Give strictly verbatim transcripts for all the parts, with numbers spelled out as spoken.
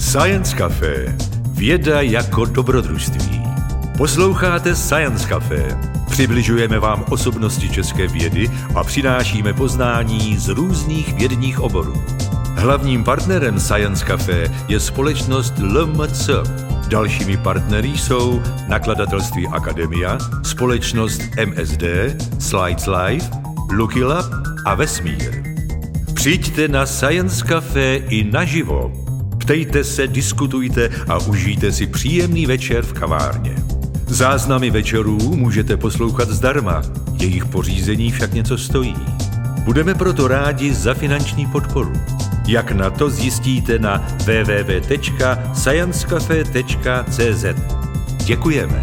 Science Café. Věda jako dobrodružství. Posloucháte Science Café. Přibližujeme vám osobnosti české vědy a přinášíme poznání z různých vědních oborů. Hlavním partnerem Science Café je společnost L M C. Dalšími partnery jsou nakladatelství Akademia, společnost M S D, Slides Live, Lucky Lab a Vesmír. Přijďte na Science Café i naživo. Ptejte se, diskutujte a užijte si příjemný večer v kavárně. Záznamy večerů můžete poslouchat zdarma, jejich pořízení však něco stojí. Budeme proto rádi za finanční podporu. Jak na to zjistíte na w w w tečka science cafe tečka c z. Děkujeme.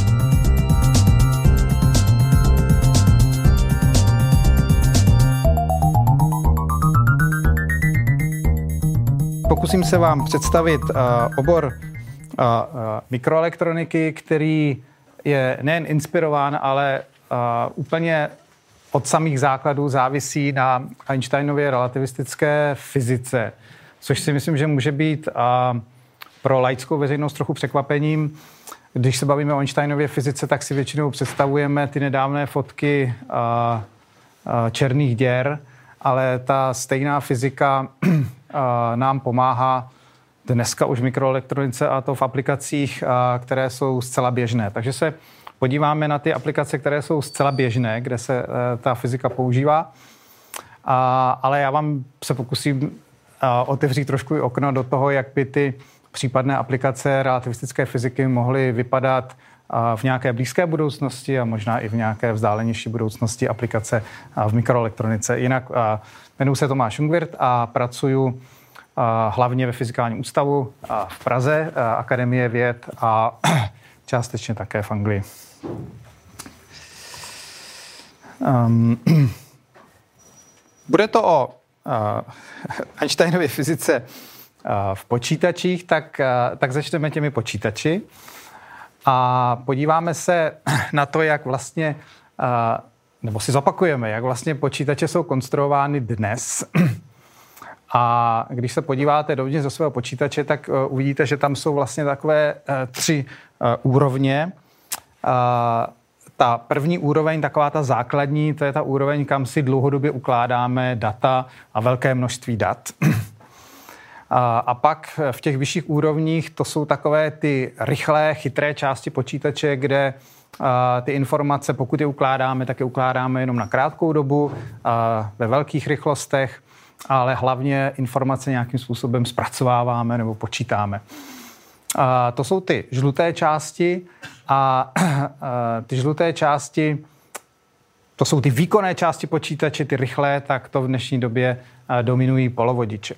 Pokusím se vám představit uh, obor uh, uh, mikroelektroniky, který je nejen inspirován, ale uh, úplně od samých základů závisí na Einsteinově relativistické fyzice, což si myslím, že může být uh, pro laickou veřejnost trochu překvapením. Když se bavíme o Einsteinově fyzice, tak si většinou představujeme ty nedávné fotky uh, uh, černých děr, ale ta stejná fyzika nám pomáhá dneska už v mikroelektronice, a to v aplikacích, které jsou zcela běžné. Takže se podíváme na ty aplikace, které jsou zcela běžné, kde se ta fyzika používá. Ale já vám se pokusím otevřít trošku i okno do toho, jak by ty případné aplikace relativistické fyziky mohly vypadat v nějaké blízké budoucnosti a možná i v nějaké vzdálenější budoucnosti aplikace v mikroelektronice. Jinak jmenuji se Tomáš Jungwirth a pracuji hlavně ve Fyzikálním ústavu v Praze, Akademie věd a částečně také v Anglii. Um, bude to o uh, Einsteinově fyzice uh, v počítačích, tak, uh, tak začneme těmi počítači a podíváme se na to, jak vlastně, uh, nebo si zopakujeme, jak vlastně počítače jsou konstruovány dnes. A když se podíváte dovnitř do svého počítače, tak uh, uvidíte, že tam jsou vlastně takové uh, tři uh, úrovně. Uh, ta první úroveň, taková ta základní, to je ta úroveň, kam si dlouhodobě ukládáme data a velké množství dat. A, a pak v těch vyšších úrovních to jsou takové ty rychlé, chytré části počítače, kde a, ty informace, pokud je ukládáme, tak je ukládáme jenom na krátkou dobu, a, ve velkých rychlostech, ale hlavně informace nějakým způsobem zpracováváme nebo počítáme. A, to jsou ty žluté části a, a ty žluté části, to jsou ty výkonné části počítače, ty rychlé, tak to v dnešní době a, dominují polovodiče.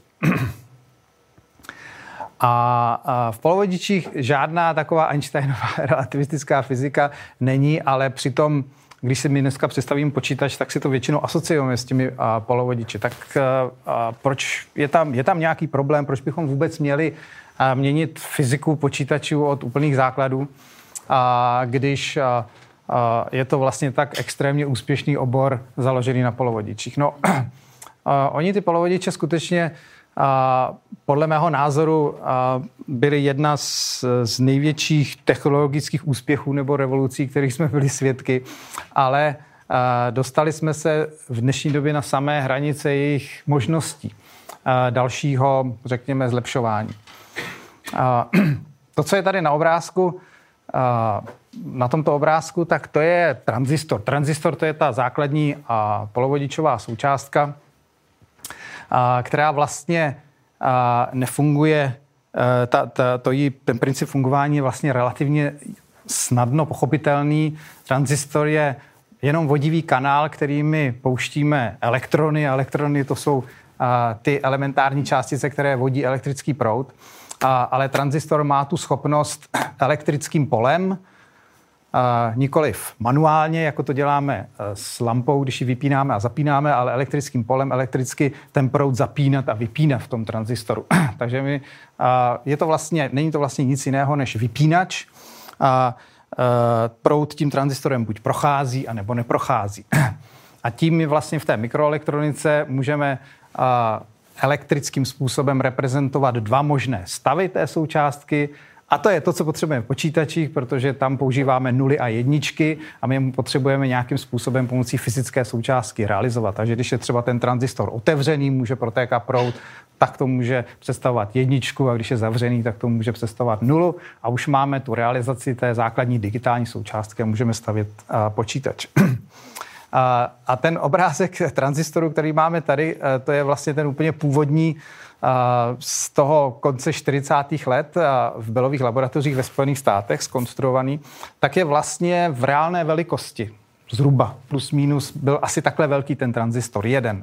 A v polovodičích žádná taková Einsteinová relativistická fyzika není, ale přitom, když si mi dneska představím počítač, tak si to většinou asociujeme s těmi polovodiči. Tak proč je tam, je tam nějaký problém, proč bychom vůbec měli měnit fyziku počítačů od úplných základů, když je to vlastně tak extrémně úspěšný obor založený na polovodičích? No, oni ty polovodiče skutečně A podle mého názoru byly jedna z, z největších technologických úspěchů nebo revolucí, kterých jsme byli svědky, ale dostali jsme se v dnešní době na samé hranice jejich možností dalšího, řekněme, zlepšování. To, co je tady na obrázku, na tomto obrázku, tak to je tranzistor. Tranzistor to je ta základní polovodičová součástka, která vlastně nefunguje, ta, ta, to jí, ten princip fungování je vlastně relativně snadno pochopitelný. Tranzistor je jenom vodivý kanál, kterými pouštíme elektrony. Elektrony to jsou ty elementární částice, které vodí elektrický proud. Ale tranzistor má tu schopnost elektrickým polem, Uh, nikoliv manuálně, jako to děláme uh, s lampou, když ji vypínáme a zapínáme, ale elektrickým polem elektricky ten proud zapínat a vypínat v tom tranzistoru. Takže my, uh, je to vlastně, není to vlastně nic jiného než vypínač. Uh, uh, proud tím tranzistorem buď prochází, anebo neprochází. A tím my vlastně v té mikroelektronice můžeme uh, elektrickým způsobem reprezentovat dva možné stavy té součástky. A to je to, co potřebujeme v počítačích, protože tam používáme nuly a jedničky a my potřebujeme nějakým způsobem pomocí fyzické součástky realizovat. Takže když je třeba ten tranzistor otevřený, může protékat proud, tak to může představovat jedničku, a když je zavřený, tak to může představovat nulu a už máme tu realizaci té základní digitální součástky a můžeme stavět uh, počítač. A, a ten obrázek tranzistoru, který máme tady, to je vlastně ten úplně původní z toho konce čtyřicátých let v Bellových laboratořích ve Spojených státech zkonstruovaný, tak je vlastně v reálné velikosti. Zhruba plus minus byl asi takhle velký ten tranzistor, jeden.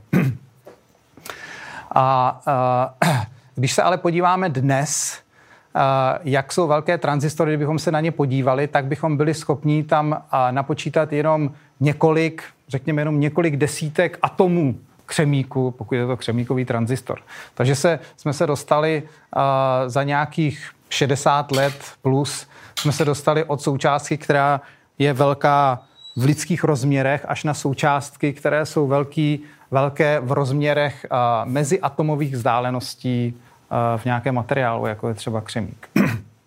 A, a když se ale podíváme dnes, jak jsou velké tranzistory, kdybychom se na ně podívali, tak bychom byli schopni tam napočítat jenom několik, řekněme jenom několik desítek atomů křemíku, pokud je to křemíkový tranzistor. Takže se, jsme se dostali uh, za nějakých šedesát let plus, jsme se dostali od součástky, která je velká v lidských rozměrech, až na součástky, které jsou velký, velké v rozměrech uh, meziatomových vzdáleností uh, v nějakém materiálu, jako je třeba křemík. uh,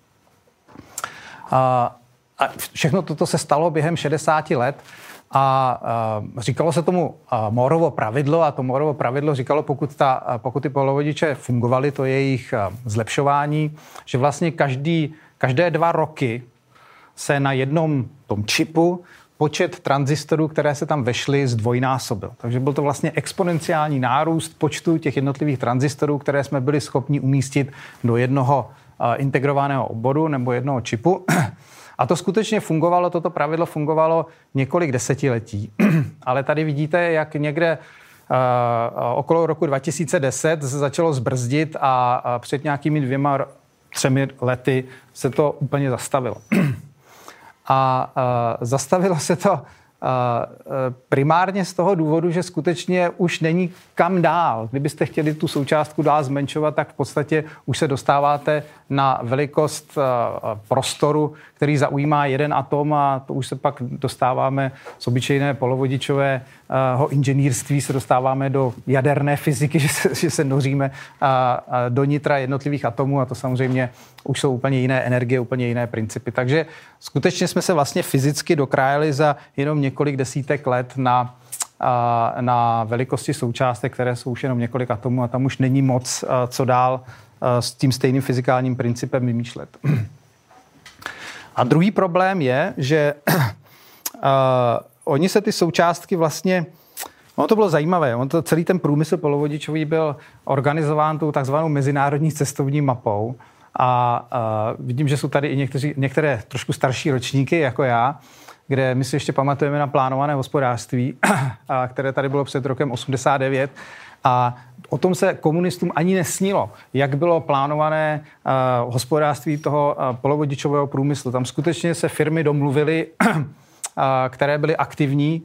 a všechno toto se stalo během šedesáti let. A uh, říkalo se tomu uh, Mooreovo pravidlo a to Mooreovo pravidlo říkalo, pokud, ta, uh, pokud ty polovodiče fungovaly, to jejich uh, zlepšování, že vlastně každý, každé dva roky se na jednom tom čipu počet tranzistorů, které se tam vešly, zdvojnásobil. Takže byl to vlastně exponenciální nárůst počtu těch jednotlivých tranzistorů, které jsme byli schopni umístit do jednoho uh, integrovaného oboru nebo jednoho čipu. A to skutečně fungovalo, toto pravidlo fungovalo několik desetiletí. Ale tady vidíte, jak někde uh, okolo roku dva tisíce deset se začalo zbrzdit a, a před nějakými dvěma, třemi lety se to úplně zastavilo. A uh, zastavilo se to uh, primárně z toho důvodu, že skutečně už není kam dál. Kdybyste chtěli tu součástku dál zmenšovat, tak v podstatě už se dostáváte na velikost uh, prostoru, který zaujímá jeden atom a to už se pak dostáváme z obyčejné polovodičového inženýrství, se dostáváme do jaderné fyziky, že se, že se noříme uh, do nitra jednotlivých atomů a to samozřejmě už jsou úplně jiné energie, úplně jiné principy. Takže skutečně jsme se vlastně fyzicky dokrájeli za jenom několik desítek let na, na velikosti součástek, které jsou už jenom několik atomů a tam už není moc co dál s tím stejným fyzikálním principem vymýšlet. A druhý problém je, že uh, oni se ty součástky vlastně, ono to bylo zajímavé, on to, celý ten průmysl polovodičový byl organizován tou takzvanou mezinárodní cestovní mapou. A uh, vidím, že jsou tady i někteří, některé trošku starší ročníky, jako já, kde my si ještě pamatujeme na plánované hospodářství, a které tady bylo před rokem osmdesát devět. A o tom se komunistům ani nesnilo, jak bylo plánované uh, hospodářství toho uh, polovodičového průmyslu. Tam skutečně se firmy domluvily, uh, které byly aktivní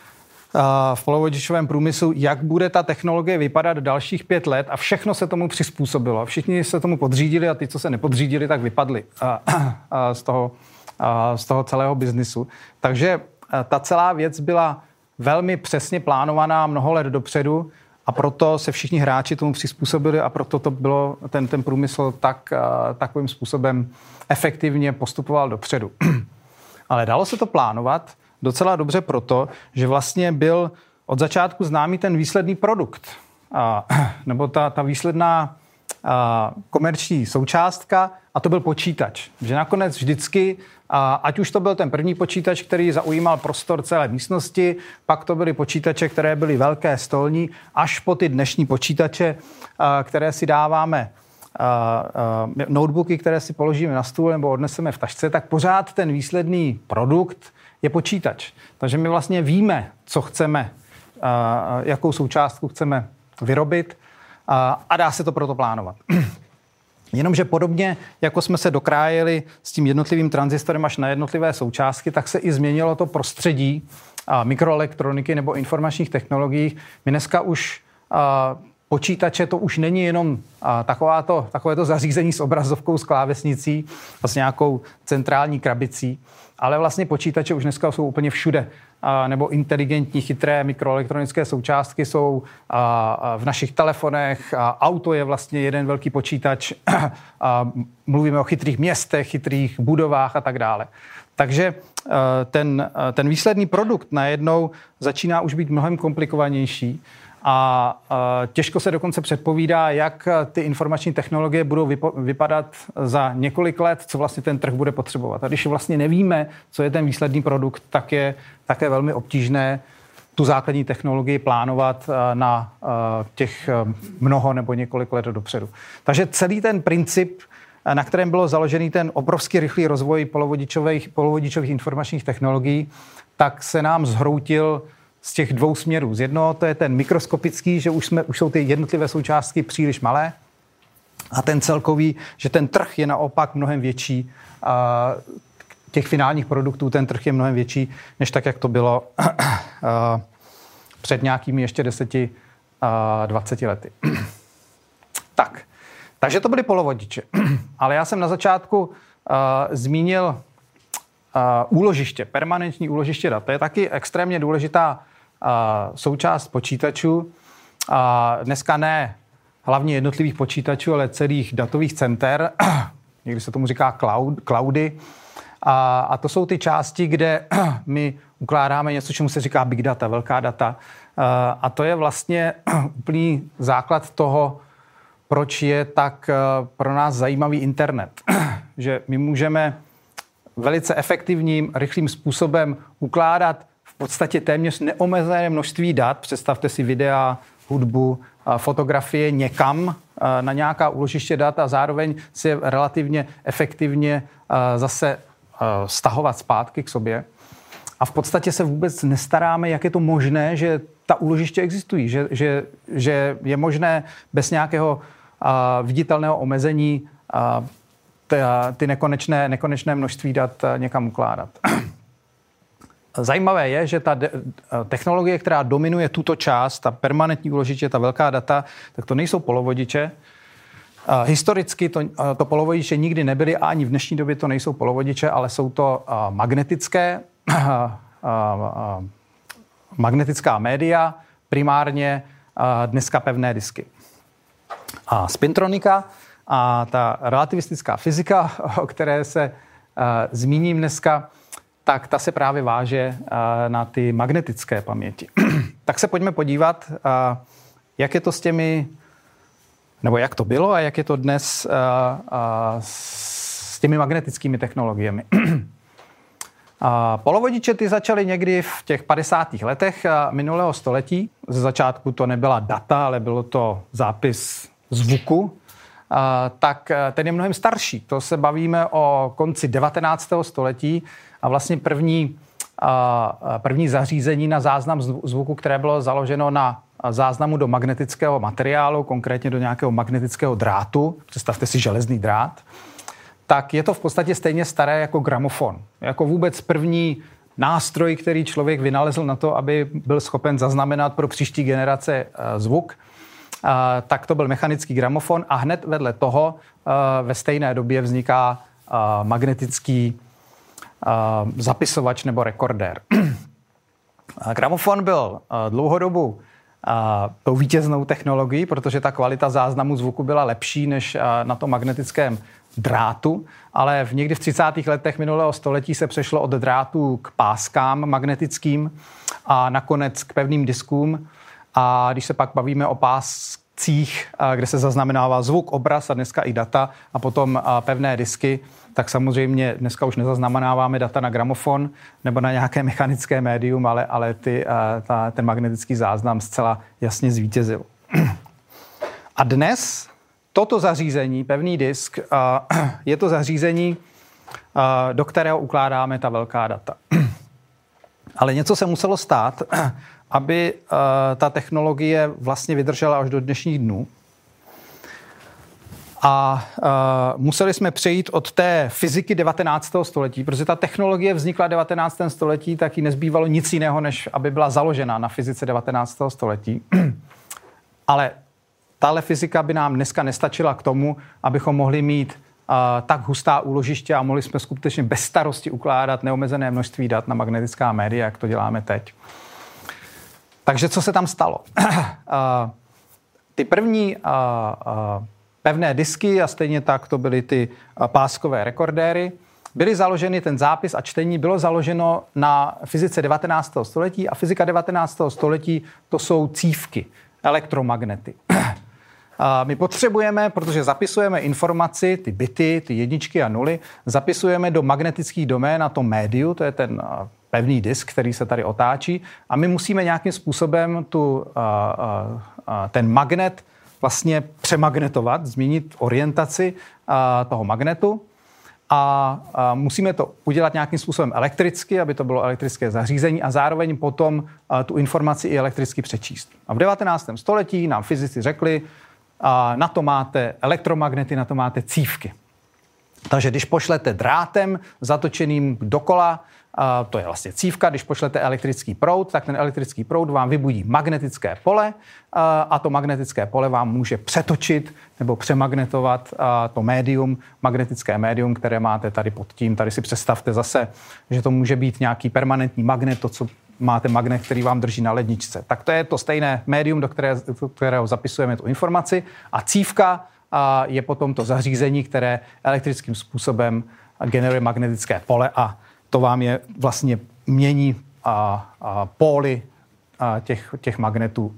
v polovodičovém průmyslu, jak bude ta technologie vypadat dalších pět let a všechno se tomu přizpůsobilo. Všichni se tomu podřídili a ty, co se nepodřídili, tak vypadli z toho, z toho celého biznisu. Takže ta celá věc byla velmi přesně plánovaná mnoho let dopředu a proto se všichni hráči tomu přizpůsobili a proto to bylo, ten, ten průmysl tak, takovým způsobem efektivně postupoval dopředu. Ale dalo se to plánovat docela dobře proto, že vlastně byl od začátku známý ten výsledný produkt, a, nebo ta, ta výsledná a, komerční součástka a to byl počítač. Že nakonec vždycky, a, ať už to byl ten první počítač, který zaujímal prostor celé místnosti, pak to byly počítače, které byly velké, stolní, až po ty dnešní počítače, a, které si dáváme, a, a, notebooky, které si položíme na stůl nebo odneseme v tašce, tak pořád ten výsledný produkt je počítač. Takže my vlastně víme, co chceme, jakou součástku chceme vyrobit a dá se to proto plánovat. Jenomže podobně, jako jsme se dokrájeli s tím jednotlivým tranzistorem až na jednotlivé součástky, tak se i změnilo to prostředí mikroelektroniky nebo informačních technologií. My dneska už počítače to už není jenom takováto, takovéto zařízení s obrazovkou, s klávesnicí a s nějakou centrální krabicí, ale vlastně počítače už dneska jsou úplně všude. A, nebo inteligentní, chytré mikroelektronické součástky jsou a, a v našich telefonech. A auto je vlastně jeden velký počítač. A mluvíme o chytrých městech, chytrých budovách a tak dále. Takže ten, ten výsledný produkt najednou začíná už být mnohem komplikovanější a těžko se dokonce předpovídá, jak ty informační technologie budou vypo- vypadat za několik let, co vlastně ten trh bude potřebovat. A když vlastně nevíme, co je ten výsledný produkt, tak je také velmi obtížné tu základní technologii plánovat na těch mnoho nebo několik let dopředu. Takže celý ten princip, na kterém bylo založený ten obrovský rychlý rozvoj polovodičových, polovodičových informačních technologií, tak se nám zhroutil z těch dvou směrů. Z jednoho to je ten mikroskopický, že už, jsme, už jsou ty jednotlivé součástky příliš malé, a ten celkový, že ten trh je naopak mnohem větší. A těch finálních produktů ten trh je mnohem větší, než tak, jak to bylo před nějakými ještě deseti, dvaceti lety. Tak. Takže to byly polovodiče. Ale já jsem na začátku uh, zmínil uh, úložiště, permanentní úložiště dat. To je taky extrémně důležitá uh, součást počítačů. Uh, dneska ne hlavně jednotlivých počítačů, ale celých datových center. Někdy se tomu říká cloud, cloudy. A, a to jsou ty části, kde my ukládáme něco, čemu se říká big data, velká data. Uh, a to je vlastně úplný základ toho, proč je tak pro nás zajímavý internet. Že my můžeme velice efektivním, rychlým způsobem ukládat v podstatě téměř neomezené množství dat. Představte si videa, hudbu, fotografie někam na nějaká úložiště dat a zároveň si je relativně efektivně zase stahovat zpátky k sobě. A v podstatě se vůbec nestaráme, jak je to možné, že ta úložiště existují, že, že, že je možné bez nějakého a viditelného omezení a ty nekonečné, nekonečné množství dat někam ukládat. Zajímavé je, že ta de- technologie, která dominuje tuto část, ta permanentní úložiště, ta velká data, tak to nejsou polovodiče. A historicky to, to polovodiče nikdy nebyly a ani v dnešní době to nejsou polovodiče, ale jsou to magnetické, magnetická média, primárně dneska pevné disky. A spintronika a ta relativistická fyzika, o které se uh, zmíním dneska, tak ta se právě váže uh, na ty magnetické paměti. Tak se pojďme podívat, uh, jak je to s těmi, nebo jak to bylo a jak je to dnes uh, uh, s těmi magnetickými technologiemi. A polovodiče ty začaly někdy v těch padesátých letech minulého století. Ze začátku to nebyla data, ale bylo to zápis zvuku. A tak ten je mnohem starší. To se bavíme o konci devatenáctého století a vlastně první, a první zařízení na záznam zvuku, které bylo založeno na záznamu do magnetického materiálu, konkrétně do nějakého magnetického drátu. Představte si železný drát. Tak je to v podstatě stejně staré jako gramofon. Jako vůbec první nástroj, který člověk vynalezl na to, aby byl schopen zaznamenat pro příští generace zvuk, tak to byl mechanický gramofon a hned vedle toho ve stejné době vzniká magnetický zapisovač nebo rekordér. Gramofon byl dlouhou dobu tou vítěznou technologií, protože ta kvalita záznamu zvuku byla lepší než na tom magnetickém drátu, ale v někdy v třicátých letech minulého století se přešlo od drátu k páskám magnetickým a nakonec k pevným diskům. A když se pak bavíme o páscích, kde se zaznamenává zvuk, obraz a dneska i data a potom pevné disky, tak samozřejmě dneska už nezaznamenáváme data na gramofon nebo na nějaké mechanické médium, ale, ale ty, ta, ten magnetický záznam zcela jasně zvítězil. A dnes toto zařízení, pevný disk, je to zařízení, do kterého ukládáme ta velká data. Ale něco se muselo stát, aby ta technologie vlastně vydržela až do dnešních dnů. A museli jsme přejít od té fyziky devatenáctého století, protože ta technologie vznikla v devatenáctém století, tak jí nezbývalo nic jiného, než aby byla založena na fyzice devatenáctého století. Ale tahle fyzika by nám dneska nestačila k tomu, abychom mohli mít uh, tak hustá úložiště a mohli jsme skutečně bez starosti ukládat neomezené množství dat na magnetická média, jak to děláme teď. Takže co se tam stalo? uh, ty první uh, uh, pevné disky a stejně tak to byly ty uh, páskové rekordéry, byly založeny, ten zápis a čtení bylo založeno na fyzice devatenáctého století a fyzika devatenáctého století to jsou cívky, elektromagnety. My potřebujeme, protože zapisujeme informaci, ty bity, ty jedničky a nuly, zapisujeme do magnetických domén na tom médiu, to je ten pevný disk, který se tady otáčí, a my musíme nějakým způsobem tu, ten magnet vlastně přemagnetovat, změnit orientaci toho magnetu. A, a musíme to udělat nějakým způsobem elektricky, aby to bylo elektrické zařízení a zároveň potom a, tu informaci i elektricky přečíst. A v devatenáctém století nám fyzici řekli, a na to máte elektromagnety, na to máte cívky. Takže když pošlete drátem zatočeným dokola, a to je vlastně cívka, když pošlete elektrický proud, tak ten elektrický proud vám vybudí magnetické pole a, a to magnetické pole vám může přetočit nebo přemagnetovat a, to médium, magnetické médium, které máte tady pod tím. Tady si představte zase, že to může být nějaký permanentní magnet, to, co máte magnet, který vám drží na ledničce. Tak to je to stejné médium, do, které, do kterého zapisujeme tu informaci a cívka a, je potom to zařízení, které elektrickým způsobem generuje magnetické pole a to vám je vlastně mění a, a póly a těch, těch magnetů.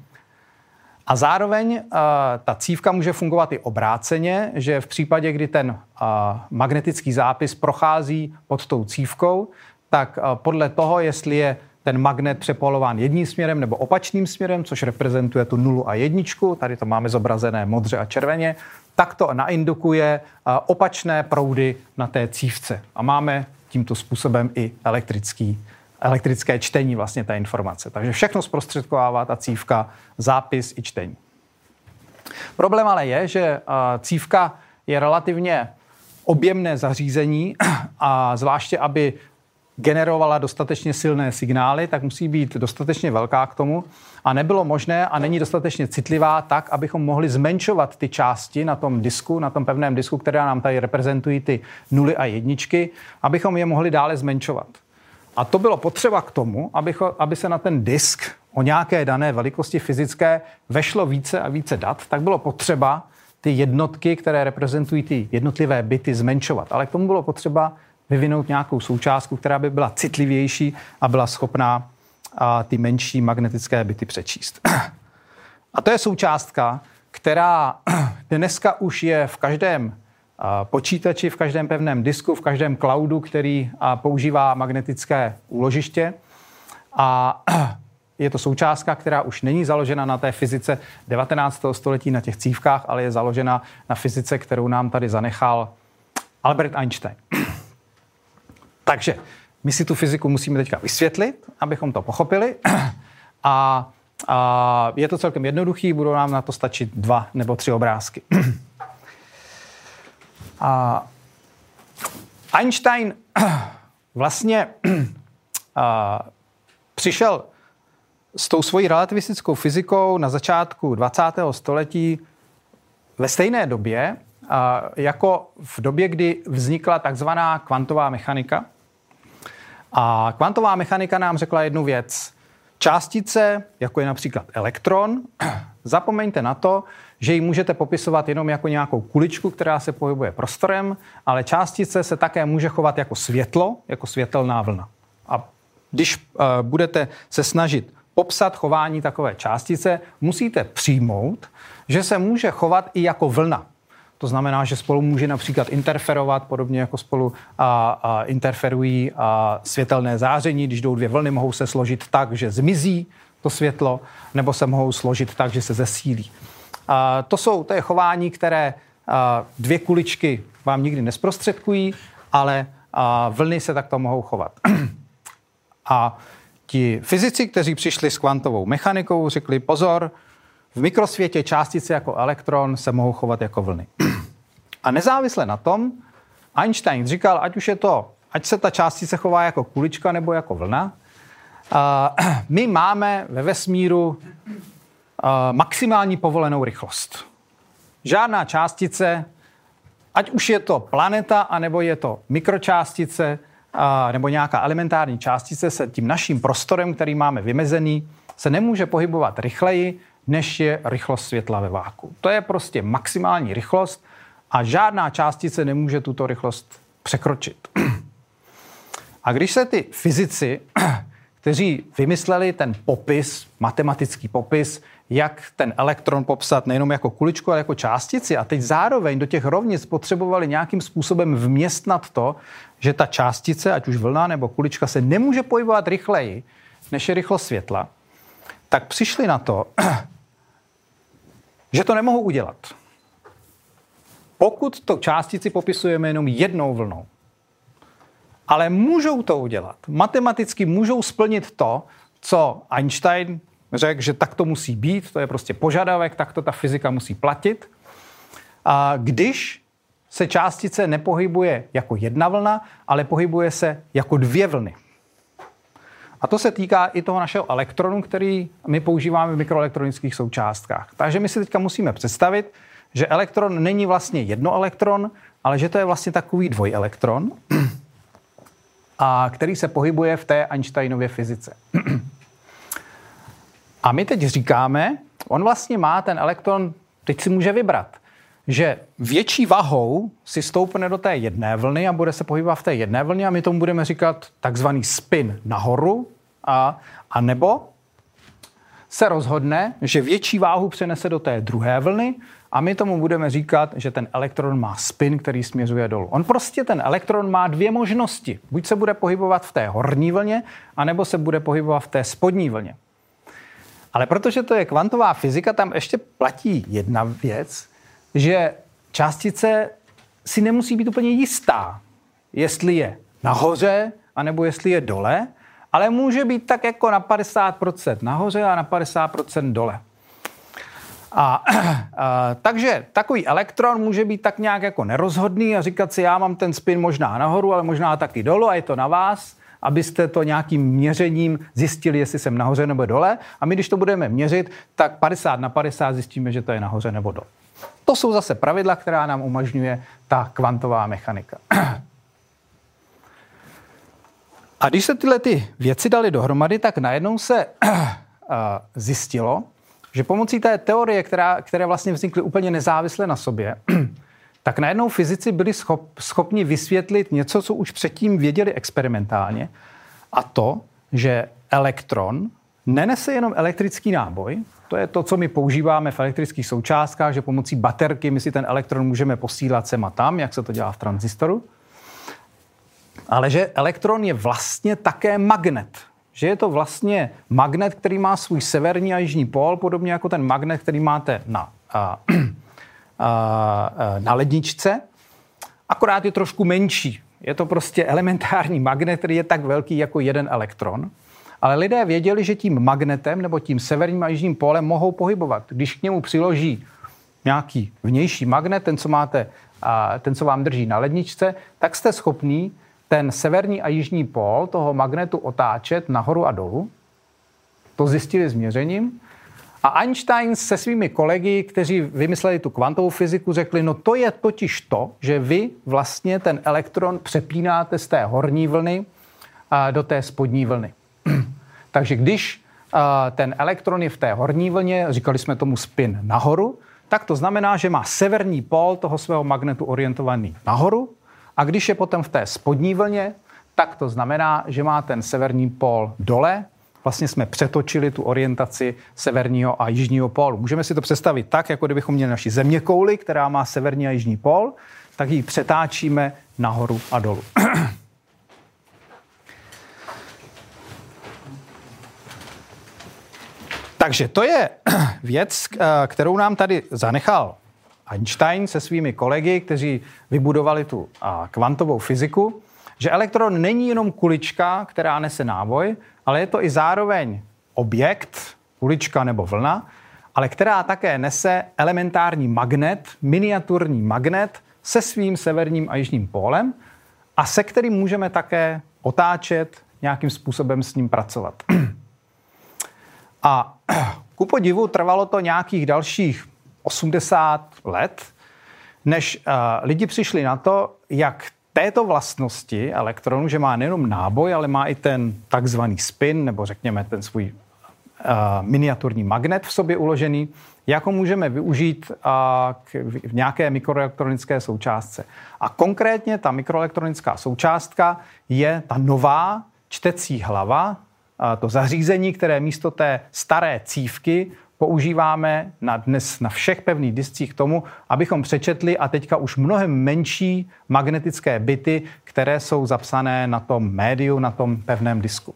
A zároveň a, ta cívka může fungovat i obráceně, že v případě, kdy ten a, magnetický zápis prochází pod tou cívkou, tak a, podle toho, jestli je ten magnet přepolován jedním směrem nebo opačným směrem, což reprezentuje tu nulu a jedničku, tady to máme zobrazené modře a červeně, tak to naindukuje a, opačné proudy na té cívce. A máme tímto způsobem i elektrický, elektrické čtení vlastně té informace. Takže všechno zprostředkovává ta cívka, zápis i čtení. Problém ale je, že cívka je relativně objemné zařízení a zvláště, aby generovala dostatečně silné signály, tak musí být dostatečně velká k tomu a nebylo možné a není dostatečně citlivá tak, abychom mohli zmenšovat ty části na tom disku, na tom pevném disku, které nám tady reprezentují ty nuly a jedničky, abychom je mohli dále zmenšovat. A to bylo potřeba k tomu, aby, aby se na ten disk o nějaké dané velikosti fyzické vešlo více a více dat, tak bylo potřeba ty jednotky, které reprezentují ty jednotlivé bity, zmenšovat. Ale k tomu bylo potřeba vyvinout nějakou součástku, která by byla citlivější a byla schopná a, ty menší magnetické bity přečíst. A to je součástka, která dneska už je v každém a, počítači, v každém pevném disku, v každém cloudu, který a, používá magnetické úložiště. A je to součástka, která už není založena na té fyzice devatenáctého století, na těch cívkách, ale je založena na fyzice, kterou nám tady zanechal Albert Einstein. Takže my si tu fyziku musíme teďka vysvětlit, abychom to pochopili. A, a je to celkem jednoduchý, budou nám na to stačit dva nebo tři obrázky. A Einstein vlastně a, přišel s tou svojí relativistickou fyzikou na začátku dvacátého století ve stejné době, a, jako v době, kdy vznikla takzvaná kvantová mechanika. A kvantová mechanika nám řekla jednu věc. Částice, jako je například elektron, zapomeňte na to, že ji můžete popisovat jenom jako nějakou kuličku, která se pohybuje prostorem, ale částice se také může chovat jako světlo, jako světelná vlna. A když uh, budete se snažit popsat chování takové částice, musíte přijmout, že se může chovat i jako vlna. To znamená, že spolu může například interferovat, podobně jako spolu a, a interferují a světelné záření. Když jdou dvě vlny, mohou se složit tak, že zmizí to světlo, nebo se mohou složit tak, že se zesílí. A to, jsou, to je chování, které a, dvě kuličky vám nikdy nesprostředkují, ale a, vlny se takto mohou chovat. A ti fyzici, kteří přišli s kvantovou mechanikou, řekli pozor, v mikrosvětě částice jako elektron se mohou chovat jako vlny. A nezávisle na tom, Einstein říkal, ať už je to, ať se ta částice chová jako kulička nebo jako vlna, uh, my máme ve vesmíru maximální povolenou rychlost. Žádná částice, ať už je to planeta, anebo je to mikročástice, nebo nějaká elementární částice, se tím naším prostorem, který máme vymezený, se nemůže pohybovat rychleji, než je rychlost světla ve váku. To je prostě maximální rychlost a žádná částice nemůže tuto rychlost překročit. A když se ty fyzici, kteří vymysleli ten popis, matematický popis, jak ten elektron popsat nejenom jako kuličku, ale jako částici, a teď zároveň do těch rovnic potřebovali nějakým způsobem vměstnat to, že ta částice, ať už vlna nebo kulička, se nemůže pohybovat rychleji, než je rychlost světla, tak přišli na to, že to nemohou udělat. Pokud to částici popisujeme jenom jednou vlnou, ale můžou to udělat. Matematicky můžou splnit to, co Einstein řekl, že tak to musí být, to je prostě požadavek, tak to ta fyzika musí platit. A když se částice nepohybuje jako jedna vlna, ale pohybuje se jako dvě vlny. A to se týká i toho našeho elektronu, který my používáme v mikroelektronických součástkách. Takže my si teďka musíme představit, že elektron není vlastně jedno elektron, ale že to je vlastně takový dvojelektron, a který se pohybuje v té Einsteinově fyzice. A my teď říkáme, on vlastně má ten elektron, teď si může vybrat, že větší vahou si stoupne do té jedné vlny a bude se pohybovat v té jedné vlně a my tomu budeme říkat takzvaný spin nahoru, a, a nebo se rozhodne, že větší váhu přenese do té druhé vlny a my tomu budeme říkat, že ten elektron má spin, který směřuje dolů. On prostě, ten elektron má dvě možnosti. Buď se bude pohybovat v té horní vlně, anebo se bude pohybovat v té spodní vlně. Ale protože to je kvantová fyzika, tam ještě platí jedna věc, že částice si nemusí být úplně jistá, jestli je nahoře, anebo jestli je dole, ale může být tak jako na padesát procent nahoře a na padesát procent dole. A, a takže takový elektron může být tak nějak jako nerozhodný a říkat si, já mám ten spin možná nahoru, ale možná taky dolů a je to na vás, abyste to nějakým měřením zjistili, jestli jsem nahoře nebo dole. A my, když to budeme měřit, tak padesát na padesát zjistíme, že to je nahoře nebo dole. To jsou zase pravidla, která nám umožňuje ta kvantová mechanika. A když se tyhle ty věci daly dohromady, tak najednou se zjistilo, že pomocí té teorie, která, které vlastně vznikly úplně nezávisle na sobě, tak najednou fyzici byli schop, schopni vysvětlit něco, co už předtím věděli experimentálně, a to, že elektron nenese jenom elektrický náboj, to je to, co my používáme v elektrických součástkách, že pomocí baterky my si ten elektron můžeme posílat sem a tam, jak se to dělá v tranzistoru, ale že elektron je vlastně také magnet. Že je to vlastně magnet, který má svůj severní a jižní pól, podobně jako ten magnet, který máte na, a, a, na ledničce, akorát je trošku menší. Je to prostě elementární magnet, který je tak velký jako jeden elektron. Ale lidé věděli, že tím magnetem nebo tím severním a jižním pólem mohou pohybovat. Když k němu přiloží nějaký vnější magnet, ten, co máte, a, ten, co vám drží na ledničce, tak jste schopní ten severní a jižní pól toho magnetu otáčet nahoru a dolů. To zjistili s měřením. A Einstein se svými kolegy, kteří vymysleli tu kvantovou fyziku, řekli, no to je totiž to, že vy vlastně ten elektron přepínáte z té horní vlny do té spodní vlny. Takže když ten elektron je v té horní vlně, říkali jsme tomu spin nahoru, tak to znamená, že má severní pól toho svého magnetu orientovaný nahoru. A když je potom v té spodní vlně, tak to znamená, že má ten severní pól dole. Vlastně jsme přetočili tu orientaci severního a jižního pólu. Můžeme si to představit tak, jako kdybychom měli naši zeměkouli, která má severní a jižní pól, tak ji přetáčíme nahoru a dolů. Takže to je věc, kterou nám tady zanechal Einstein se svými kolegy, kteří vybudovali tu kvantovou fyziku, že elektron není jenom kulička, která nese náboj, ale je to i zároveň objekt, kulička nebo vlna, ale která také nese elementární magnet, miniaturní magnet se svým severním a jižním pólem a se kterým můžeme také otáčet, nějakým způsobem s ním pracovat. A Ku podivu trvalo to nějakých dalších osmdesát let, než uh, lidi přišli na to, jak této vlastnosti elektronu, že má nejenom náboj, ale má i ten takzvaný spin, nebo řekněme ten svůj uh, miniaturní magnet v sobě uložený, jak ho můžeme využít uh, k, v nějaké mikroelektronické součástce. A konkrétně ta mikroelektronická součástka je ta nová čtecí hlava, uh, to zařízení, které místo té staré cívky používáme na dnes na všech pevných discích k tomu, abychom přečetli a teďka už mnohem menší magnetické bity, které jsou zapsané na tom médiu, na tom pevném disku.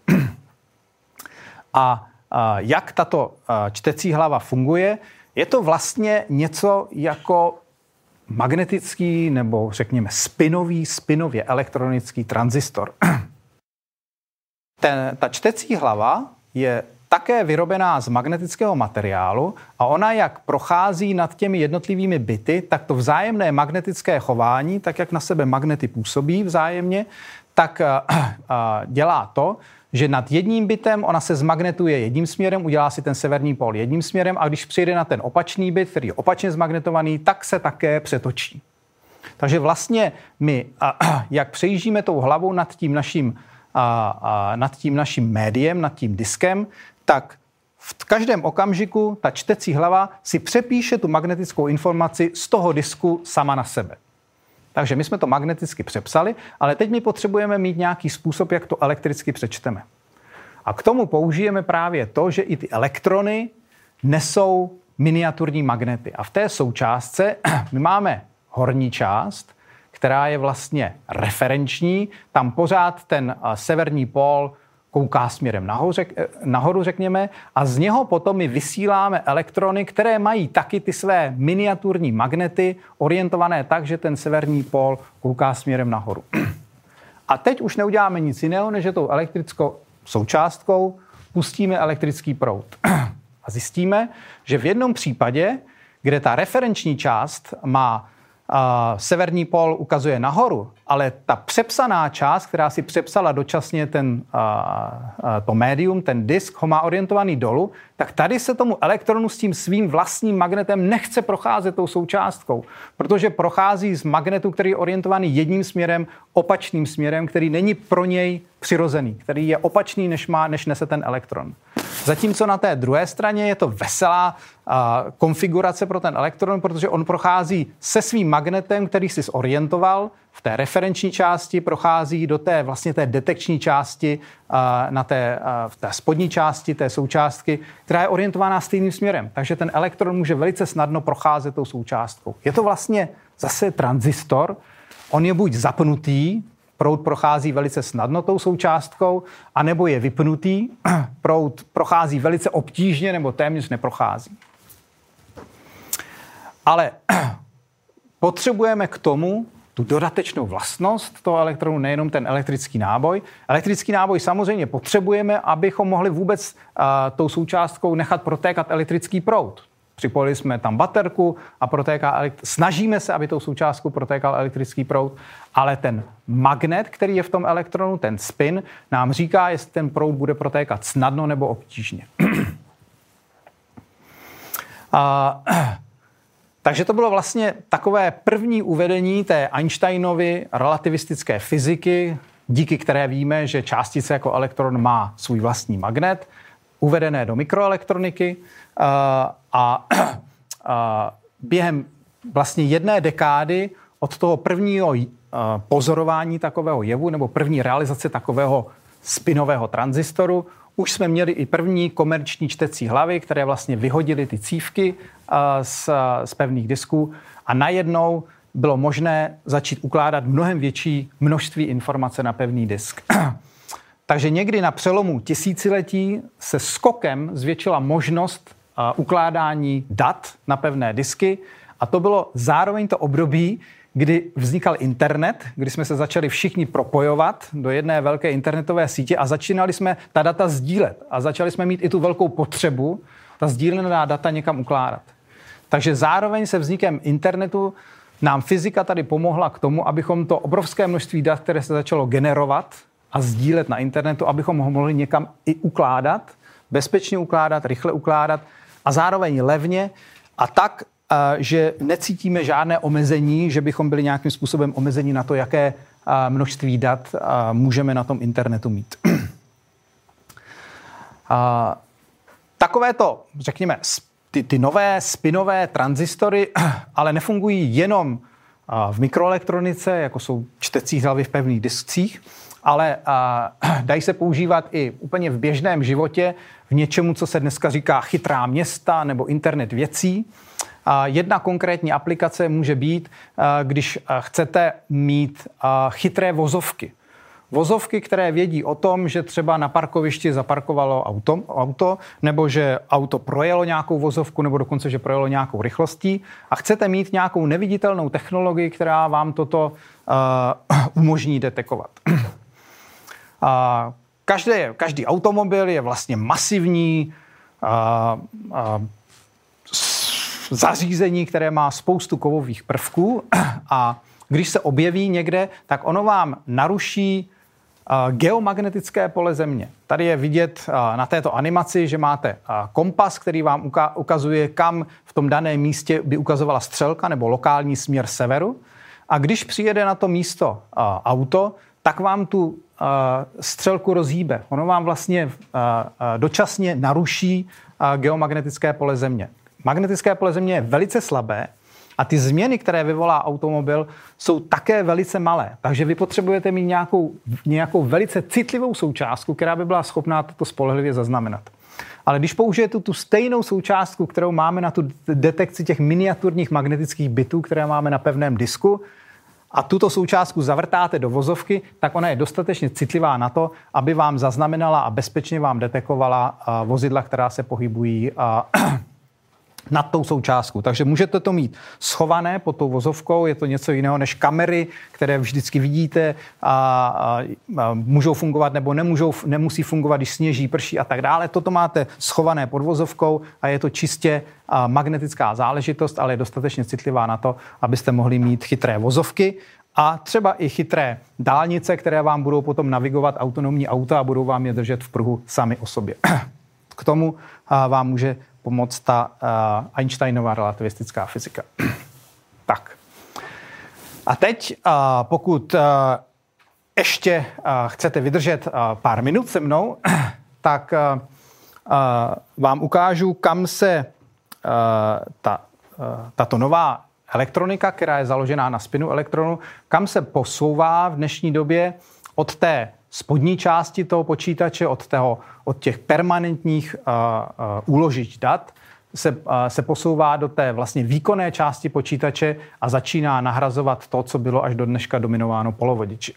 A, a jak tato čtecí hlava funguje? Je to vlastně něco jako magnetický nebo řekněme spinový, spinově elektronický tranzistor. Ten, ta čtecí hlava je také vyrobená z magnetického materiálu a ona, jak prochází nad těmi jednotlivými bity, tak to vzájemné magnetické chování, tak jak na sebe magnety působí vzájemně, tak uh, uh, dělá to, že nad jedním bitem ona se zmagnetuje jedním směrem, udělá si ten severní pól jedním směrem a když přijde na ten opačný bit, který je opačně zmagnetovaný, tak se také přetočí. Takže vlastně my, uh, uh, jak přejíždíme tou hlavou nad tím naším, uh, uh, nad tím naším médiem, nad tím diskem, tak v každém okamžiku ta čtecí hlava si přepíše tu magnetickou informaci z toho disku sama na sebe. Takže my jsme to magneticky přepsali, ale teď my potřebujeme mít nějaký způsob, jak to elektricky přečteme. A k tomu použijeme právě to, že i ty elektrony nesou miniaturní magnety. A v té součástce my máme horní část, která je vlastně referenční. Tam pořád ten severní pól kouká směrem nahoru, řek, nahoru, řekněme, a z něho potom my vysíláme elektrony, které mají taky ty své miniaturní magnety orientované tak, že ten severní pól kouká směrem nahoru. A teď už neuděláme nic jiného, než že tou elektrickou součástkou pustíme elektrický proud. A zjistíme, že v jednom případě, kde ta referenční část má Uh, severní pól ukazuje nahoru, ale ta přepsaná část, která si přepsala dočasně ten, uh, uh, to médium, ten disk, ho má orientovaný dolů, tak tady se tomu elektronu s tím svým vlastním magnetem nechce procházet tou součástkou, protože prochází z magnetu, který je orientovaný jedním směrem, opačným směrem, který není pro něj přirozený, který je opačný, než má, než nese ten elektron. Zatímco na té druhé straně je to veselá uh, konfigurace pro ten elektron, protože on prochází se svým magnetem, který si zorientoval v té referenční části, prochází do té vlastně té detekční části, uh, na té, uh, v té spodní části té součástky, která je orientovaná stejným směrem. Takže ten elektron může velice snadno procházet tou součástkou. Je to vlastně zase tranzistor, on je buď zapnutý, proud prochází velice snadno tou součástkou, anebo je vypnutý, proud prochází velice obtížně nebo téměř neprochází. Ale potřebujeme k tomu tu dodatečnou vlastnost toho elektronu, nejenom ten elektrický náboj. Elektrický náboj samozřejmě potřebujeme, abychom mohli vůbec uh, tou součástkou nechat protékat elektrický proud. Připojili jsme tam baterku a protéká elekt- snažíme se, aby tou součástkou protékal elektrický proud, ale ten magnet, který je v tom elektronu, ten spin, nám říká, jestli ten proud bude protékat snadno nebo obtížně. a, takže to bylo vlastně takové první uvedení té Einsteinovy relativistické fyziky, díky které víme, že částice jako elektron má svůj vlastní magnet, uvedené do mikroelektroniky a, a, a během vlastně jedné dekády od toho prvního pozorování takového jevu nebo první realizace takového spinového tranzistoru už jsme měli i první komerční čtecí hlavy, které vlastně vyhodily ty cívky z, z pevných disků a najednou bylo možné začít ukládat mnohem větší množství informace na pevný disk. Takže někdy na přelomu tisíciletí se skokem zvětšila možnost uh, ukládání dat na pevné disky a to bylo zároveň to období, kdy vznikal internet, kdy jsme se začali všichni propojovat do jedné velké internetové sítě a začínali jsme ta data sdílet a začali jsme mít i tu velkou potřebu ta sdílená data někam ukládat. Takže zároveň se vznikem internetu nám fyzika tady pomohla k tomu, abychom to obrovské množství dat, které se začalo generovat a sdílet na internetu, abychom ho mohli někam i ukládat, bezpečně ukládat, rychle ukládat a zároveň levně a tak, že necítíme žádné omezení, že bychom byli nějakým způsobem omezení na to, jaké množství dat můžeme na tom internetu mít. Takovéto, řekněme, ty, ty nové spinové tranzistory ale nefungují jenom v mikroelektronice, jako jsou čtecí hlavy v pevných diskcích, ale dají se používat i úplně v běžném životě v něčemu, co se dneska říká chytrá města nebo internet věcí. Jedna konkrétní aplikace může být, když chcete mít chytré vozovky. Vozovky, které vědí o tom, že třeba na parkovišti zaparkovalo auto, auto, nebo že auto projelo nějakou vozovku, nebo dokonce, že projelo nějakou rychlostí a chcete mít nějakou neviditelnou technologii, která vám toto uh, umožní detekovat. uh, každý, každý automobil je vlastně masivní uh, uh, zařízení, které má spoustu kovových prvků a když se objeví někde, tak ono vám naruší geomagnetické pole Země. Tady je vidět na této animaci, že máte kompas, který vám ukazuje, kam v tom daném místě by ukazovala střelka nebo lokální směr severu. A když přijede na to místo auto, tak vám tu střelku rozhýbe. Ono vám vlastně dočasně naruší geomagnetické pole Země. Magnetické pole Země je velice slabé, a ty změny, které vyvolá automobil, jsou také velice malé. Takže vy potřebujete mít nějakou, nějakou velice citlivou součástku, která by byla schopná toto spolehlivě zaznamenat. Ale když použijete tu stejnou součástku, kterou máme na tu detekci těch miniaturních magnetických bitů, které máme na pevném disku, a tuto součástku zavrtáte do vozovky, tak ona je dostatečně citlivá na to, aby vám zaznamenala a bezpečně vám detekovala vozidla, která se pohybují nad tou součástkou. Takže můžete to mít schované pod tou vozovkou, je to něco jiného než kamery, které vždycky vidíte a, a, a můžou fungovat nebo nemůžou, nemusí fungovat, když sněží, prší a tak dále. Toto máte schované pod vozovkou a je to čistě a, magnetická záležitost, ale je dostatečně citlivá na to, abyste mohli mít chytré vozovky a třeba i chytré dálnice, které vám budou potom navigovat autonomní auta a budou vám je držet v pruhu sami o sobě. K tomu a, vám může pomoct ta uh, Einsteinová relativistická fyzika. Tak. A teď, uh, pokud uh, ještě uh, chcete vydržet uh, pár minut se mnou, tak uh, uh, vám ukážu, kam se uh, ta, uh, tato nová elektronika, která je založená na spinu elektronu, kam se posouvá v dnešní době od té spodní části toho počítače, od, toho, od těch permanentních uh, uh, úložišť dat, se, uh, se posouvá do té vlastně výkonné části počítače a začíná nahrazovat to, co bylo až do dneška dominováno polovodiči.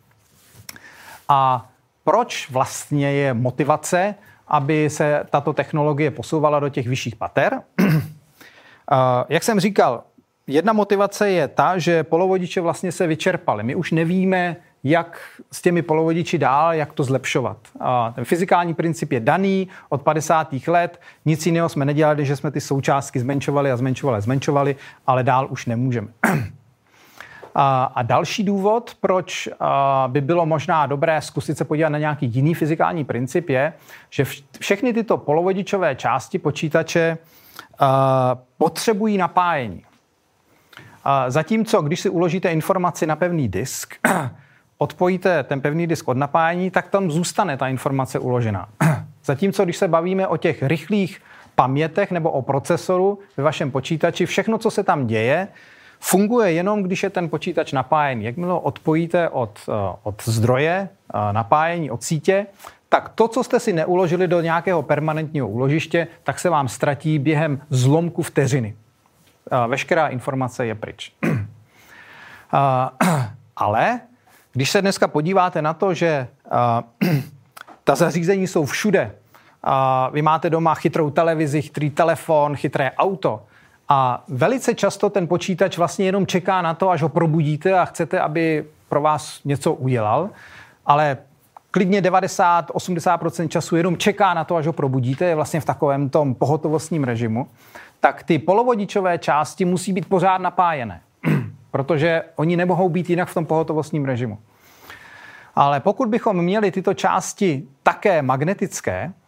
A proč vlastně je motivace, aby se tato technologie posouvala do těch vyšších pater? uh, jak jsem říkal, jedna motivace je ta, že polovodiče vlastně se vyčerpaly. My už nevíme, jak s těmi polovodiči dál, jak to zlepšovat. A ten fyzikální princip je daný od padesátých let, nic jiného jsme nedělali, že jsme ty součástky zmenšovali a zmenšovali a zmenšovali, ale dál už nemůžeme. A, a další důvod, proč a, by bylo možná dobré zkusit se podívat na nějaký jiný fyzikální princip, je, že všechny tyto polovodičové části počítače a, potřebují napájení. A zatímco, když si uložíte informaci na pevný disk, odpojíte ten pevný disk od napájení, tak tam zůstane ta informace uložená. Zatímco, když se bavíme o těch rychlých pamětech nebo o procesoru ve vašem počítači, všechno, co se tam děje, funguje jenom, když je ten počítač napájený. Jakmile ho odpojíte od, od zdroje, napájení, od sítě, tak to, co jste si neuložili do nějakého permanentního úložiště, tak se vám ztratí během zlomku vteřiny. Veškerá informace je pryč. Ale když se dneska podíváte na to, že ta zařízení jsou všude, vy máte doma chytrou televizi, chytrý telefon, chytré auto a velice často ten počítač vlastně jenom čeká na to, až ho probudíte a chcete, aby pro vás něco udělal, ale klidně devadesát až osmdesát procent času jenom čeká na to, až ho probudíte, je vlastně v takovém tom pohotovostním režimu, tak ty polovodičové části musí být pořád napájené, protože oni nemohou být jinak v tom pohotovostním režimu. Ale pokud bychom měli tyto části také magnetické,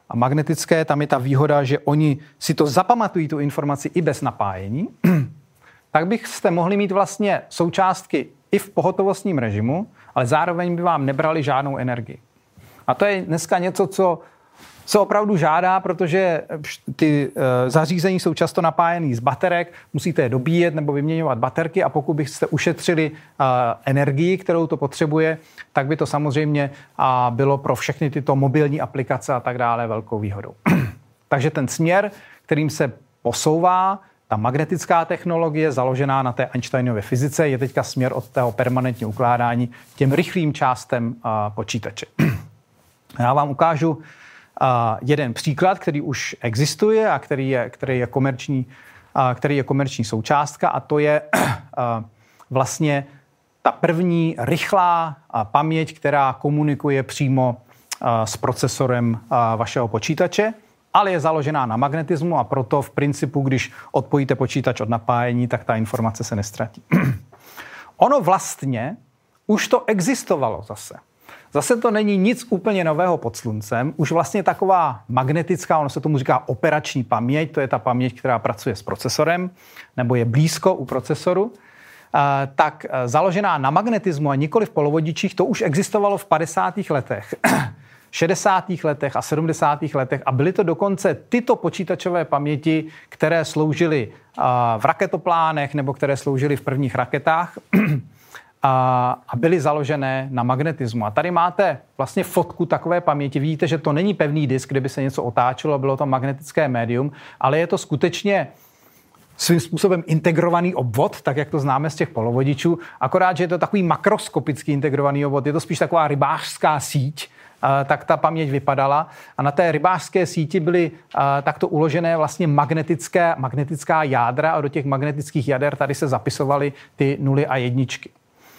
a magnetické, tam je ta výhoda, že oni si to zapamatují, tu informaci i bez napájení, tak byste mohli mít vlastně součástky i v pohotovostním režimu, ale zároveň by vám nebrali žádnou energii. A to je dneska něco, co se opravdu žádá, protože ty e, zařízení jsou často napájený z baterek, musíte je dobíjet nebo vyměňovat baterky a pokud byste ušetřili e, energii, kterou to potřebuje, tak by to samozřejmě a, bylo pro všechny tyto mobilní aplikace a tak dále velkou výhodou. Takže ten směr, kterým se posouvá ta magnetická technologie založená na té Einsteinově fyzice, je teďka směr od toho permanentního ukládání těm rychlým částem a, počítače. Já vám ukážu a, jeden příklad, který už existuje a který je, který je, komerční, a, který je komerční součástka a to je a, vlastně ta první rychlá a, paměť, která komunikuje přímo a, s procesorem a, vašeho počítače, ale je založená na magnetismu a proto v principu, když odpojíte počítač od napájení, tak ta informace se nestratí. Ono vlastně už to existovalo zase. Zase to není nic úplně nového pod sluncem. Už vlastně taková magnetická, ono se tomu říká operační paměť, to je ta paměť, která pracuje s procesorem, nebo je blízko u procesoru, tak založená na magnetismu a nikoli v polovodičích, to už existovalo v padesátých letech. šedesátých letech a sedmdesátých letech a byly to dokonce tyto počítačové paměti, které sloužily v raketoplánech nebo které sloužily v prvních raketách a byly založené na magnetismu. A tady máte vlastně fotku takové paměti. Vidíte, že to není pevný disk, kde by se něco otáčelo, bylo to magnetické médium, ale je to skutečně svým způsobem integrovaný obvod, tak jak to známe z těch polovodičů, akorát, že je to takový makroskopický integrovaný obvod, je to spíš taková rybářská síť, tak ta paměť vypadala. A na té rybářské síti byly takto uložené vlastně magnetické, magnetická jádra a do těch magnetických jader tady se zapisovaly ty nuly a jedničky.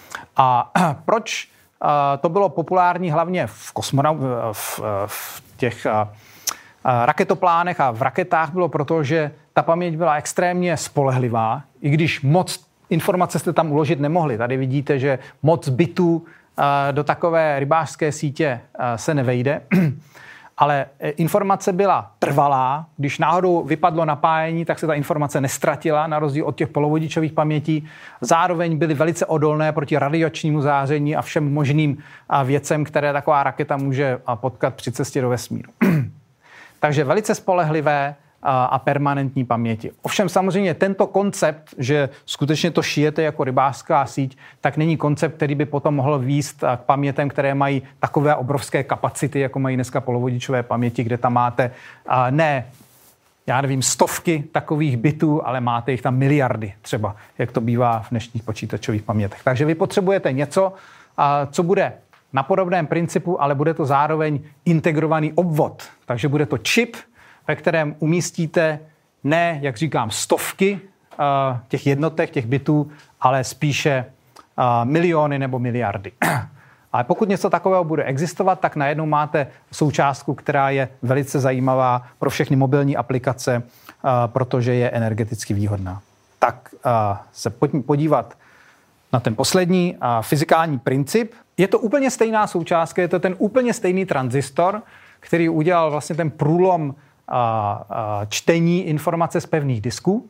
A proč to bylo populární hlavně v, kosmonau, v, v těch raketoplánech a v raketách bylo proto, že ta paměť byla extrémně spolehlivá, i když moc informace jste tam uložit nemohli. Tady vidíte, že moc bitů do takové rybářské sítě se nevejde, ale informace byla trvalá. Když náhodou vypadlo napájení, tak se ta informace nestratila, na rozdíl od těch polovodičových pamětí. Zároveň byly velice odolné proti radiačnímu záření a všem možným věcem, které taková raketa může potkat při cestě do vesmíru. Takže velice spolehlivé a permanentní paměti. Ovšem samozřejmě tento koncept, že skutečně to šijete jako rybářská síť, tak není koncept, který by potom mohl vést k pamětem, které mají takové obrovské kapacity, jako mají dneska polovodičové paměti, kde tam máte ne, já nevím, stovky takových bitů, ale máte jich tam miliardy třeba, jak to bývá v dnešních počítačových pamětech. Takže vy potřebujete něco, co bude na podobném principu, ale bude to zároveň integrovaný obvod. Takže bude to čip, ve kterém umístíte ne, jak říkám, stovky uh, těch jednotek, těch bitů, ale spíše uh, miliony nebo miliardy. Ale pokud něco takového bude existovat, tak najednou máte součástku, která je velice zajímavá pro všechny mobilní aplikace, uh, protože je energeticky výhodná. Tak uh, se pojďme podívat na ten poslední uh, fyzikální princip. Je to úplně stejná součástka, je to ten úplně stejný tranzistor, který udělal vlastně ten průlom A, a čtení informace z pevných disků.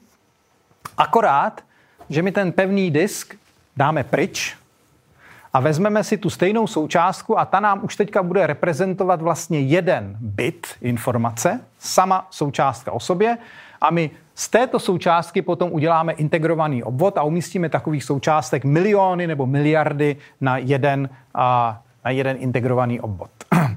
Akorát, že my ten pevný disk dáme pryč a vezmeme si tu stejnou součástku a ta nám už teďka bude reprezentovat vlastně jeden bit informace, sama součástka o sobě a my z této součástky potom uděláme integrovaný obvod a umístíme takových součástek miliony nebo miliardy na jeden, a, na jeden integrovaný obvod.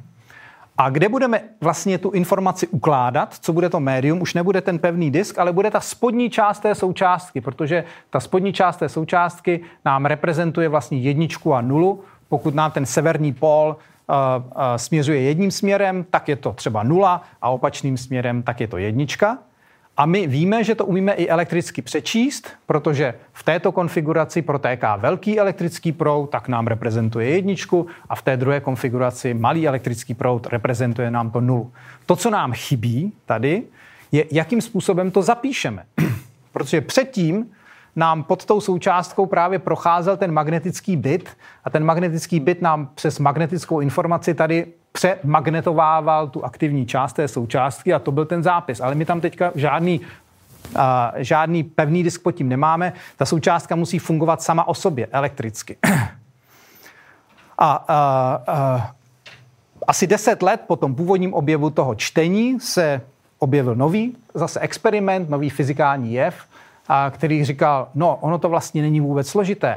A kde budeme vlastně tu informaci ukládat, co bude to médium, už nebude ten pevný disk, ale bude ta spodní část té součástky, protože ta spodní část té součástky nám reprezentuje vlastně jedničku a nulu. Pokud nám ten severní pól uh, uh, směřuje jedním směrem, tak je to třeba nula a opačným směrem, tak je to jednička. A my víme, že to umíme i elektricky přečíst, protože v této konfiguraci protéká velký elektrický proud, tak nám reprezentuje jedničku a v té druhé konfiguraci malý elektrický proud reprezentuje nám to nulu. To, co nám chybí tady, je, jakým způsobem to zapíšeme. Protože předtím nám pod tou součástkou právě procházel ten magnetický bit a ten magnetický bit nám přes magnetickou informaci tady přemagnetovával tu aktivní část té součástky a to byl ten zápis. Ale my tam teďka žádný, uh, žádný pevný disk pod tím nemáme. Ta součástka musí fungovat sama o sobě elektricky. A uh, uh, asi deset let po tom původním objevu toho čtení se objevil nový zase experiment, nový fyzikální jev, a který říkal, no, ono to vlastně není vůbec složité.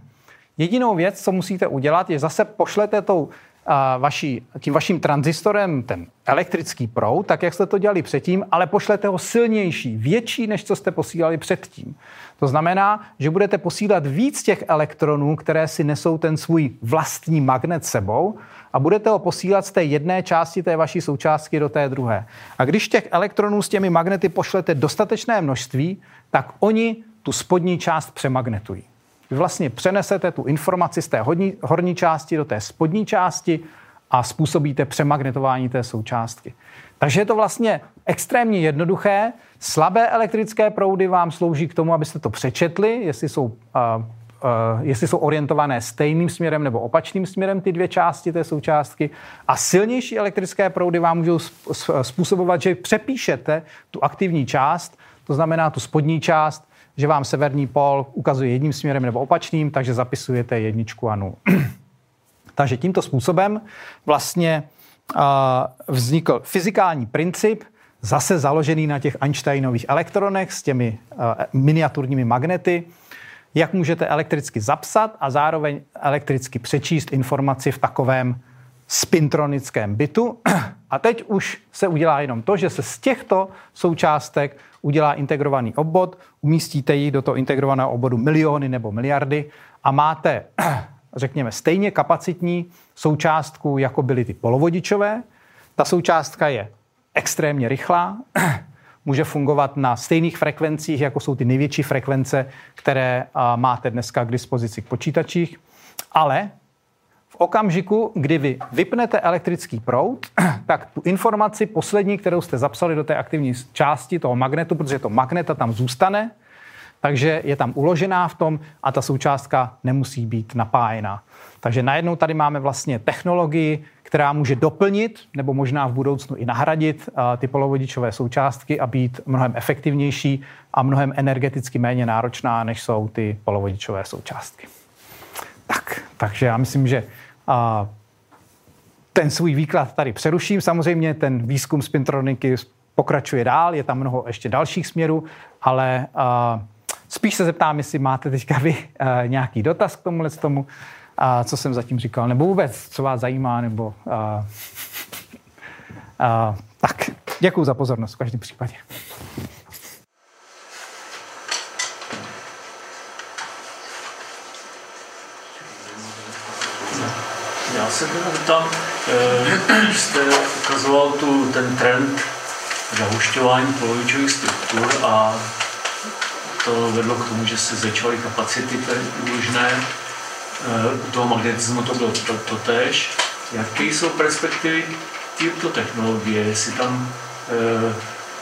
Jedinou věc, co musíte udělat, je zase pošlete tou, a, vaší, tím vaším tranzistorem ten elektrický proud, tak jak jste to dělali předtím, ale pošlete ho silnější, větší, než co jste posílali předtím. To znamená, že budete posílat víc těch elektronů, které si nesou ten svůj vlastní magnet sebou a budete ho posílat z té jedné části té vaší součástky do té druhé. A když těch elektronů s těmi magnety pošlete dostatečné množství, tak oni tu spodní část přemagnetují. Vy vlastně přenesete tu informaci z té horní, horní části do té spodní části a způsobíte přemagnetování té součástky. Takže je to vlastně extrémně jednoduché. Slabé elektrické proudy vám slouží k tomu, abyste to přečetli, jestli jsou, uh, uh, jestli jsou orientované stejným směrem nebo opačným směrem ty dvě části té součástky. A silnější elektrické proudy vám můžou způsobovat, že přepíšete tu aktivní část, to znamená tu spodní část, že vám severní pól ukazuje jedním směrem nebo opačným, takže zapisujete jedničku a nulu. Takže tímto způsobem vlastně uh, vznikl fyzikální princip, zase založený na těch Einsteinových elektronech s těmi uh, miniaturními magnety, jak můžete elektricky zapsat a zároveň elektricky přečíst informaci v takovém spintronickém bitu. A teď už se udělá jenom to, že se z těchto součástek udělá integrovaný obvod, umístíte ji do toho integrovaného obvodu miliony nebo miliardy a máte, řekněme, stejně kapacitní součástku, jako byly ty polovodičové. Ta součástka je extrémně rychlá, může fungovat na stejných frekvencích, jako jsou ty největší frekvence, které máte dneska k dispozici k počítačích, ale v okamžiku, kdy vy vypnete elektrický proud, tak tu informaci poslední, kterou jste zapsali do té aktivní části toho magnetu, protože to magneta tam zůstane, takže je tam uložená v tom a ta součástka nemusí být napájená. Takže najednou tady máme vlastně technologii, která může doplnit nebo možná v budoucnu i nahradit uh, ty polovodičové součástky a být mnohem efektivnější a mnohem energeticky méně náročná, než jsou ty polovodičové součástky. Tak, takže já myslím, že uh, ten svůj výklad tady přeruším. Samozřejmě ten výzkum spintroniky pokračuje dál, je tam mnoho ještě dalších směrů, ale uh, spíš se zeptám, jestli máte teďka vy uh, nějaký dotaz k tomuhle tomu, uh, co jsem zatím říkal, nebo vůbec, co vás zajímá, nebo uh, uh, tak. Děkuju za pozornost v každém případě. Já se teda zeptám, když jste ukazoval tu, ten trend zahušťování polovičových struktur a to vedlo k tomu, že se zvětšovaly kapacity úložné, u toho magnetismu to bylo to, to též. Jaké jsou perspektivy této technologie, jestli tam eh,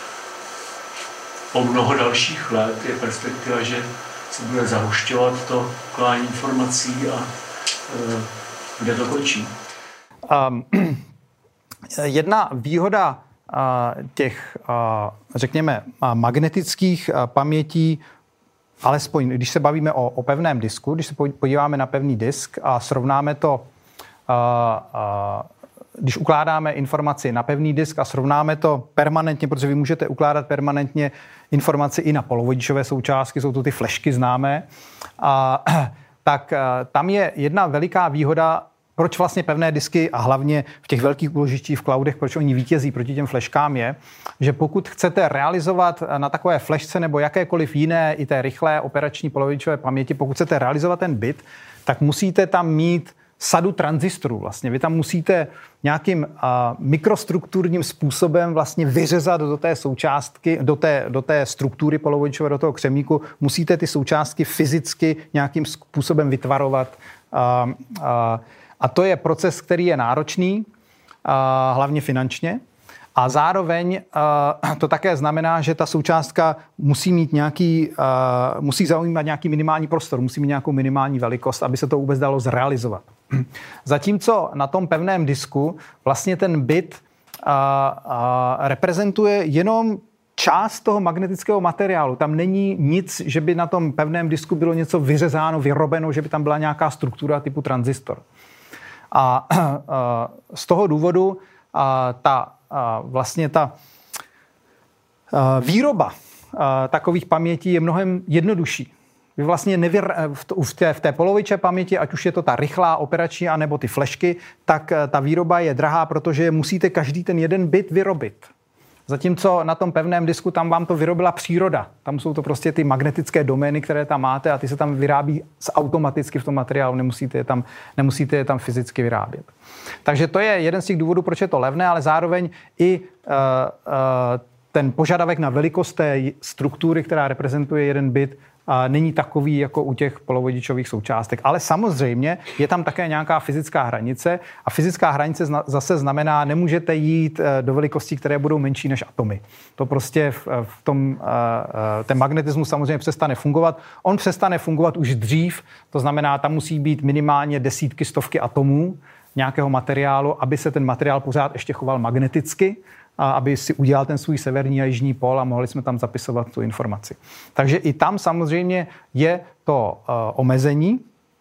po mnoho dalších let je perspektiva, že se bude zahušťovat to klání informací a eh, kde to končí? Um, jedna výhoda uh, těch, uh, řekněme, uh, magnetických uh, pamětí, alespoň když se bavíme o, o pevném disku, když se podíváme na pevný disk a srovnáme to, uh, uh, když ukládáme informaci na pevný disk a srovnáme to permanentně, protože vy můžete ukládat permanentně informaci i na polovodičové součástky, jsou to ty flešky známé, uh, tak uh, tam je jedna veliká výhoda, proč vlastně pevné disky a hlavně v těch velkých úložištích v cloudech, proč oni vítězí proti těm fleškám je, že pokud chcete realizovat na takové flešce nebo jakékoliv jiné i té rychlé operační polovodičové paměti, pokud chcete realizovat ten bit, tak musíte tam mít sadu tranzistorů. Vlastně vy tam musíte nějakým uh, mikrostrukturním způsobem vlastně vyřezat do té součástky, do té, do té struktury polovodičové, do toho křemíku, musíte ty součástky fyzicky nějakým způsobem vytvarovat. Uh, uh, A to je proces, který je náročný, hlavně finančně. A zároveň uh, to také znamená, že ta součástka musí mít nějaký, uh, musí zaujímat nějaký minimální prostor, musí mít nějakou minimální velikost, aby se to vůbec dalo zrealizovat. Zatímco na tom pevném disku vlastně ten bit uh, uh, reprezentuje jenom část toho magnetického materiálu. Tam není nic, že by na tom pevném disku bylo něco vyřezáno, vyrobeno, že by tam byla nějaká struktura typu tranzistor. A uh, z toho důvodu uh, ta uh, vlastně ta uh, výroba uh, takových pamětí je mnohem jednodušší. Vy vlastně nevyr, v, té, v té poloviče paměti, ať už je to ta rychlá operační, anebo ty flešky, tak ta výroba je drahá, protože musíte každý ten jeden bit vyrobit. Zatímco na tom pevném disku tam vám to vyrobila příroda. Tam jsou to prostě ty magnetické domény, které tam máte a ty se tam vyrábí automaticky v tom materiálu, nemusíte je tam, nemusíte je tam fyzicky vyrábět. Takže to je jeden z těch důvodů, proč je to levné, ale zároveň i uh, uh, ten požadavek na velikost té struktury, která reprezentuje jeden bit, a není takový jako u těch polovodičových součástek. Ale samozřejmě je tam také nějaká fyzická hranice a fyzická hranice zase znamená, nemůžete jít do velikostí, které budou menší než atomy. To prostě v, v tom, ten magnetismus samozřejmě přestane fungovat. On přestane fungovat už dřív, to znamená, tam musí být minimálně desítky, stovky atomů nějakého materiálu, aby se ten materiál pořád ještě choval magneticky, a aby si udělal ten svůj severní a jižní pól a mohli jsme tam zapisovat tu informaci. Takže i tam samozřejmě je to uh, omezení,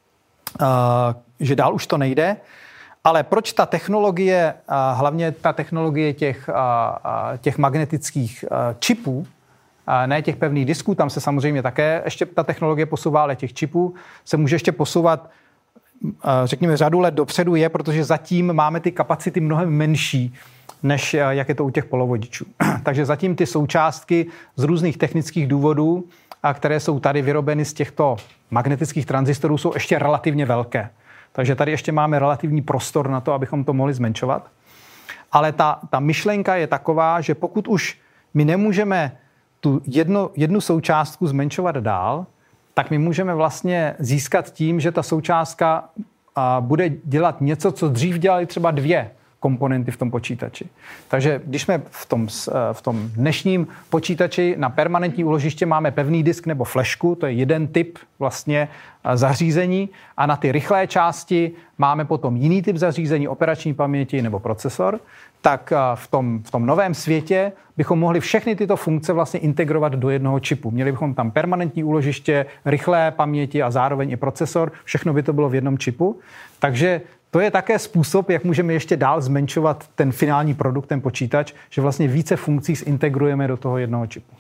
uh, že dál už to nejde, ale proč ta technologie, uh, hlavně ta technologie těch, uh, uh, těch magnetických uh, čipů, uh, ne těch pevných disků, tam se samozřejmě také ještě ta technologie posouvá, ale těch čipů se může ještě posouvat uh, řekněme řadu let dopředu je, protože zatím máme ty kapacity mnohem menší, než jak je to u těch polovodičů. Takže zatím ty součástky z různých technických důvodů, a které jsou tady vyrobeny z těchto magnetických tranzistorů, jsou ještě relativně velké. Takže tady ještě máme relativní prostor na to, abychom to mohli zmenšovat. Ale ta, ta myšlenka je taková, že pokud už my nemůžeme tu jedno, jednu součástku zmenšovat dál, tak my můžeme vlastně získat tím, že ta součástka a, bude dělat něco, co dřív dělali třeba dvě komponenty v tom počítači. Takže když jsme v tom, v tom dnešním počítači na permanentní úložiště máme pevný disk nebo flešku, to je jeden typ vlastně zařízení, a na ty rychlé části máme potom jiný typ zařízení, operační paměti nebo procesor, tak v tom, v tom novém světě bychom mohli všechny tyto funkce vlastně integrovat do jednoho čipu. Měli bychom tam permanentní úložiště, rychlé paměti a zároveň i procesor, všechno by to bylo v jednom čipu. Takže to je také způsob, jak můžeme ještě dál zmenšovat ten finální produkt, ten počítač, že vlastně více funkcí zintegrujeme do toho jednoho čipu.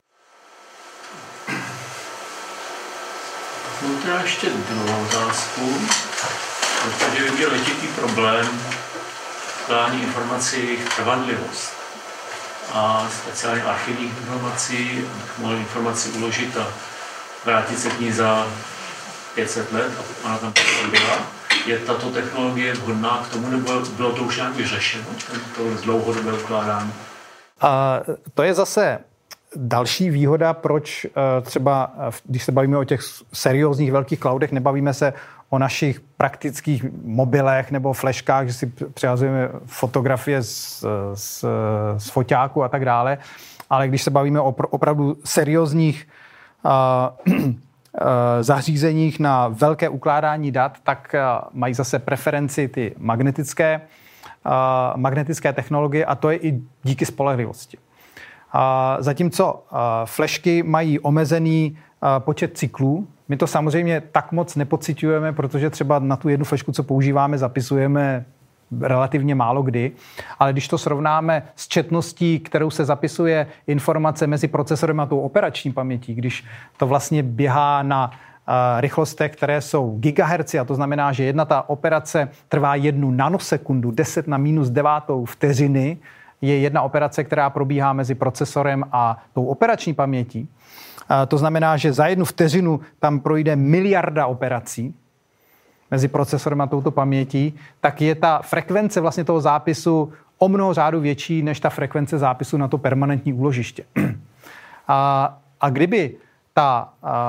Mám teda ještě druhou otázku, protože vím, že letitý problém dání informací jejich trvanlivost a speciálně archivních informací, abych mohl informaci uložit a vrátit se k ní za pět set let a ona tam byla. Je tato technologie vhodná k tomu, nebo bylo to už nějak vyřešeno, to dlouhodobé ukládání? A to je zase další výhoda, proč třeba, když se bavíme o těch seriózních velkých cloudech, nebavíme se o našich praktických mobilech nebo fleškách, že si přihazujeme fotografie z, z, z foťáku a tak dále, ale když se bavíme o opravdu seriózních uh, zařízeních na velké ukládání dat, tak mají zase preferenci ty magnetické, magnetické technologie a to je i díky spolehlivosti. Zatímco flešky mají omezený počet cyklů, my to samozřejmě tak moc nepociťujeme, protože třeba na tu jednu flešku, co používáme, zapisujeme relativně málo kdy, ale když to srovnáme s četností, kterou se zapisuje informace mezi procesorem a tou operační pamětí, když to vlastně běhá na uh, rychlostech, které jsou gigahertzy, a to znamená, že jedna ta operace trvá jednu nanosekundu, deset na minus devátou vteřiny, je jedna operace, která probíhá mezi procesorem a tou operační pamětí. Uh, to znamená, že za jednu vteřinu tam projde miliarda operací mezi procesorem a touto pamětí, tak je ta frekvence vlastně toho zápisu o mnoho řádu větší než ta frekvence zápisu na to permanentní úložiště. A, a kdyby ta, a,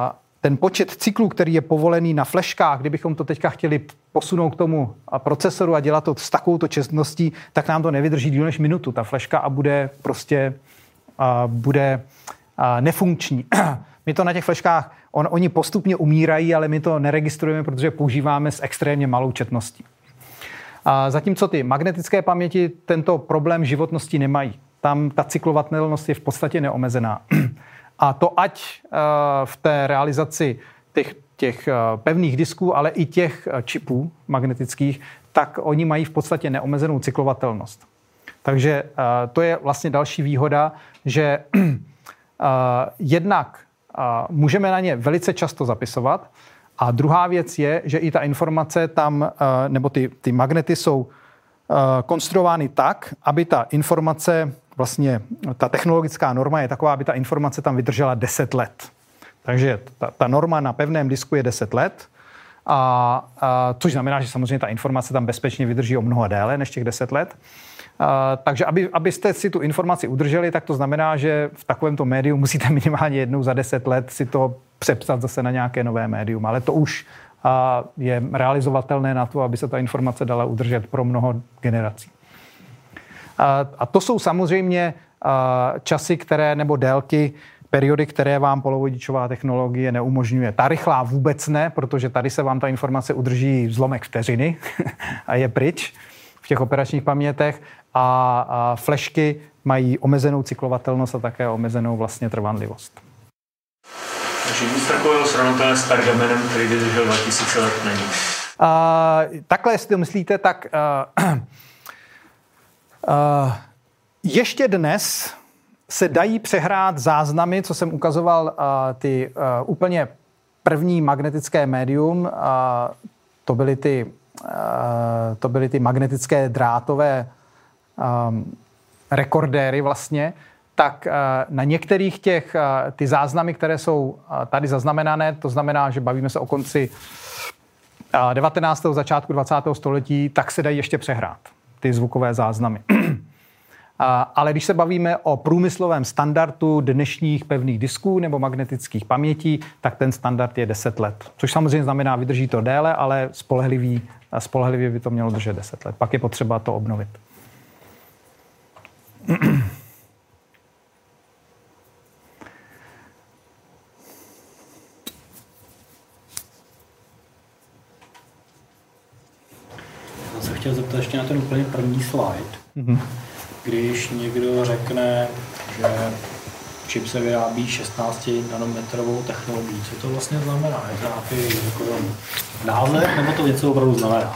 ten počet cyklů, který je povolený na fleškách, kdybychom to teďka chtěli posunout k tomu procesoru a dělat to s takovouto čestností, tak nám to nevydrží díl než minutu, ta fleška, a bude prostě a bude a nefunkční. My to na těch fleškách, on, oni postupně umírají, ale my to neregistrujeme, protože používáme s extrémně malou četností. A zatímco ty magnetické paměti tento problém životnosti nemají. Tam ta cyklovatelnost je v podstatě neomezená. A to ať v té realizaci těch, těch pevných disků, ale i těch čipů magnetických, tak oni mají v podstatě neomezenou cyklovatelnost. Takže to je vlastně další výhoda, že jednak můžeme na ně velice často zapisovat, a druhá věc je, že i ta informace tam, nebo ty, ty magnety jsou konstruovány tak, aby ta informace, vlastně ta technologická norma je taková, aby ta informace tam vydržela deset let. Takže ta, ta norma na pevném disku je deset let, a, a, což znamená, že samozřejmě ta informace tam bezpečně vydrží o mnoho déle než těch deset let. A, takže aby, abyste si tu informaci udrželi, tak to znamená, že v takovémto médiu musíte minimálně jednou za deset let si to přepsat zase na nějaké nové médium. Ale to už a, je realizovatelné na to, aby se ta informace dala udržet pro mnoho generací. A, a to jsou samozřejmě a, časy, které, nebo délky, periody, které vám polovodičová technologie neumožňuje. Ta rychlá vůbec ne, protože tady se vám ta informace udrží zlomek vteřiny a je pryč v těch operačních pamětech, a, a flešky mají omezenou cyklovatelnost a také omezenou vlastně trvanlivost. Takže nic takového srovnatelné s pergamenem, který vydržel dva tisíce let, není. A, takhle, jestli to myslíte, tak uh, uh, ještě dnes se dají přehrát záznamy, co jsem ukazoval, uh, ty uh, úplně první magnetické médium, uh, to byly ty, uh, to byly ty magnetické drátové um, rekordéry vlastně, tak uh, na některých těch uh, ty záznamy, které jsou uh, tady zaznamenané, to znamená, že bavíme se o konci uh, devatenáctého začátku dvacátého století, tak se dají ještě přehrát ty zvukové záznamy. Ale když se bavíme o průmyslovém standardu dnešních pevných disků nebo magnetických pamětí, tak ten standard je deset let. Což samozřejmě znamená, vydrží to déle, ale spolehlivý, spolehlivě by to mělo držet deset let. Pak je potřeba to obnovit. Já jsem se chtěl zeptat ještě na ten úplně první slide. Mm-hmm. Když někdo řekne, že čip se vyrábí šestnáctinanometrovou technologií, co to vlastně znamená? Je to nějaký jako název, nebo to něco opravdu znamená?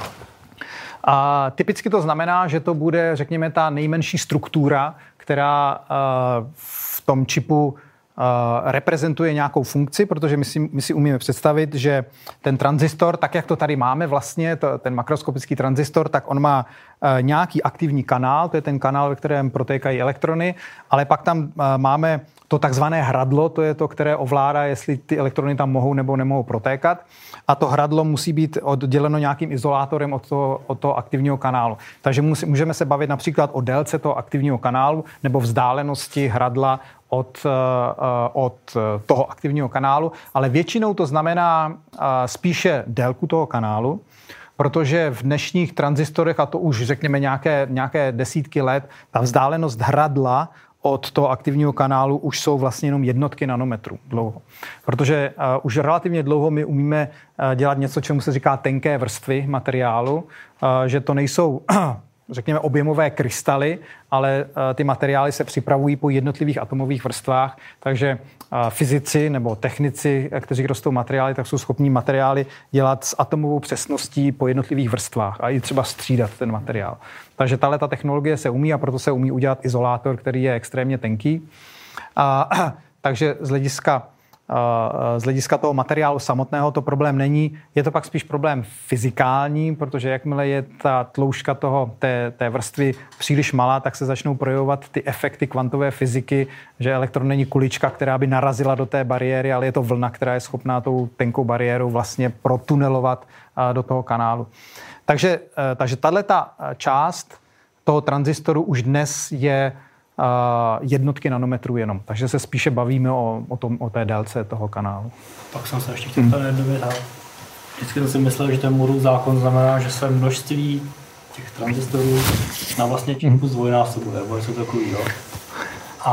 A typicky to znamená, že to bude, řekněme, ta nejmenší struktura, která v tom čipu reprezentuje nějakou funkci, protože my si, my si umíme představit, že ten tranzistor, tak jak to tady máme vlastně, to, ten makroskopický tranzistor, tak on má nějaký aktivní kanál, to je ten kanál, ve kterém protékají elektrony, ale pak tam máme to takzvané hradlo, to je to, které ovládá, jestli ty elektrony tam mohou nebo nemohou protékat. A to hradlo musí být odděleno nějakým izolátorem od toho, od toho aktivního kanálu. Takže musí, můžeme se bavit například o délce toho aktivního kanálu nebo vzdálenosti hradla od, od toho aktivního kanálu, ale většinou to znamená spíše délku toho kanálu, protože v dnešních tranzistorech, a to už řekněme nějaké, nějaké desítky let, ta vzdálenost hradla od toho aktivního kanálu už jsou vlastně jenom jednotky nanometrů dlouho. Protože uh, už relativně dlouho my umíme uh, dělat něco, čemu se říká tenké vrstvy materiálu, uh, že to nejsou, řekněme, objemové krystaly, ale uh, ty materiály se připravují po jednotlivých atomových vrstvách, takže uh, fyzici nebo technici, kteří rostou materiály, tak jsou schopní materiály dělat s atomovou přesností po jednotlivých vrstvách a i třeba střídat ten materiál. Takže tahle ta technologie se umí a proto se umí udělat izolátor, který je extrémně tenký. A, takže z hlediska, z hlediska toho materiálu samotného to problém není. Je to pak spíš problém fyzikální, protože jakmile je ta tloušťka toho, té, té vrstvy příliš malá, tak se začnou projevovat ty efekty kvantové fyziky, že elektron není kulička, která by narazila do té bariéry, ale je to vlna, která je schopná tou tenkou bariérou vlastně protunelovat do toho kanálu. Takže, takže tato část toho tranzistoru už dnes je jednotky nanometrů jenom. Takže se spíše bavíme o, o, tom, o té délce toho kanálu. Pak jsem se ještě chtěl hmm. jednu věc. Vždycky jsem si myslel, že ten Mooreův zákon znamená, že se množství těch tranzistorů na vlastně čipu zdvojnásobuje, nebo něco takového. A,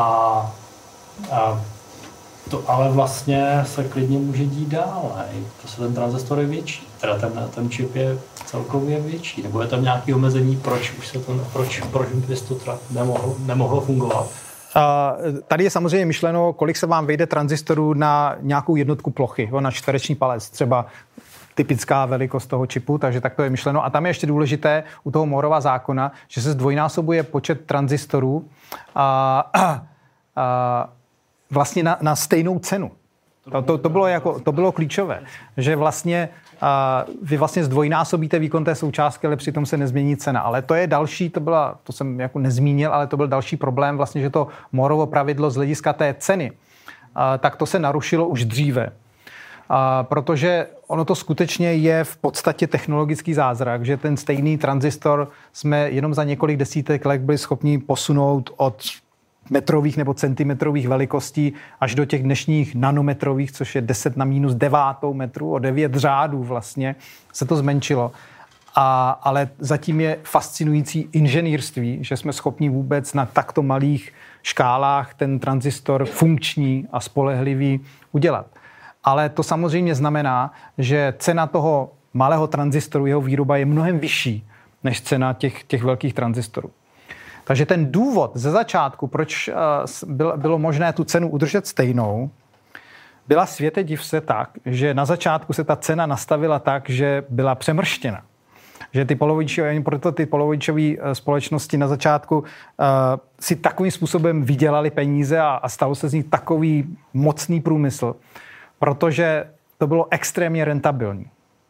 a to ale vlastně se klidně může dít dál, ne? To se ten tranzistor je větší, teda ten, ten čip je celkově větší, nebo je tam nějaké omezení, proč už se to, proč, proč by to nemohlo, nemohlo fungovat? Uh, tady je samozřejmě myšleno, kolik se vám vejde tranzistorů na nějakou jednotku plochy, jo, na čtvereční palec, třeba typická velikost toho čipu, takže tak to je myšleno. A tam je ještě důležité u toho Moorova zákona, že se zdvojnásobuje počet tranzistorů a, a, a vlastně na, na stejnou cenu. To, to, to, bylo jako, to bylo klíčové, že vlastně a, vy vlastně zdvojnásobíte výkon té součástky, ale přitom se nezmění cena. Ale to je další, to byla, to jsem jako nezmínil, ale to byl další problém vlastně, že to Moorovo pravidlo z hlediska té ceny, a, tak to se narušilo už dříve. A, protože ono to skutečně je v podstatě technologický zázrak, že ten stejný tranzistor jsme jenom za několik desítek let byli schopni posunout od metrových nebo centimetrových velikostí až do těch dnešních nanometrových, což je deset na minus devátou metru, o devět řádů vlastně se to zmenšilo. A, ale zatím je fascinující inženýrství, že jsme schopni vůbec na takto malých škálách ten tranzistor funkční a spolehlivý udělat. Ale to samozřejmě znamená, že cena toho malého tranzistoru, jeho výroba je mnohem vyšší než cena těch, těch velkých tranzistorů. Takže ten důvod ze začátku, proč bylo možné tu cenu udržet stejnou, byla světe div se tak, že na začátku se ta cena nastavila tak, že byla přemrštěna. Že ty polovodičové, proto ty polovodičové společnosti na začátku uh, si takovým způsobem vydělali peníze a, a stalo se z nich takový mocný průmysl, protože to bylo extrémně rentabilní.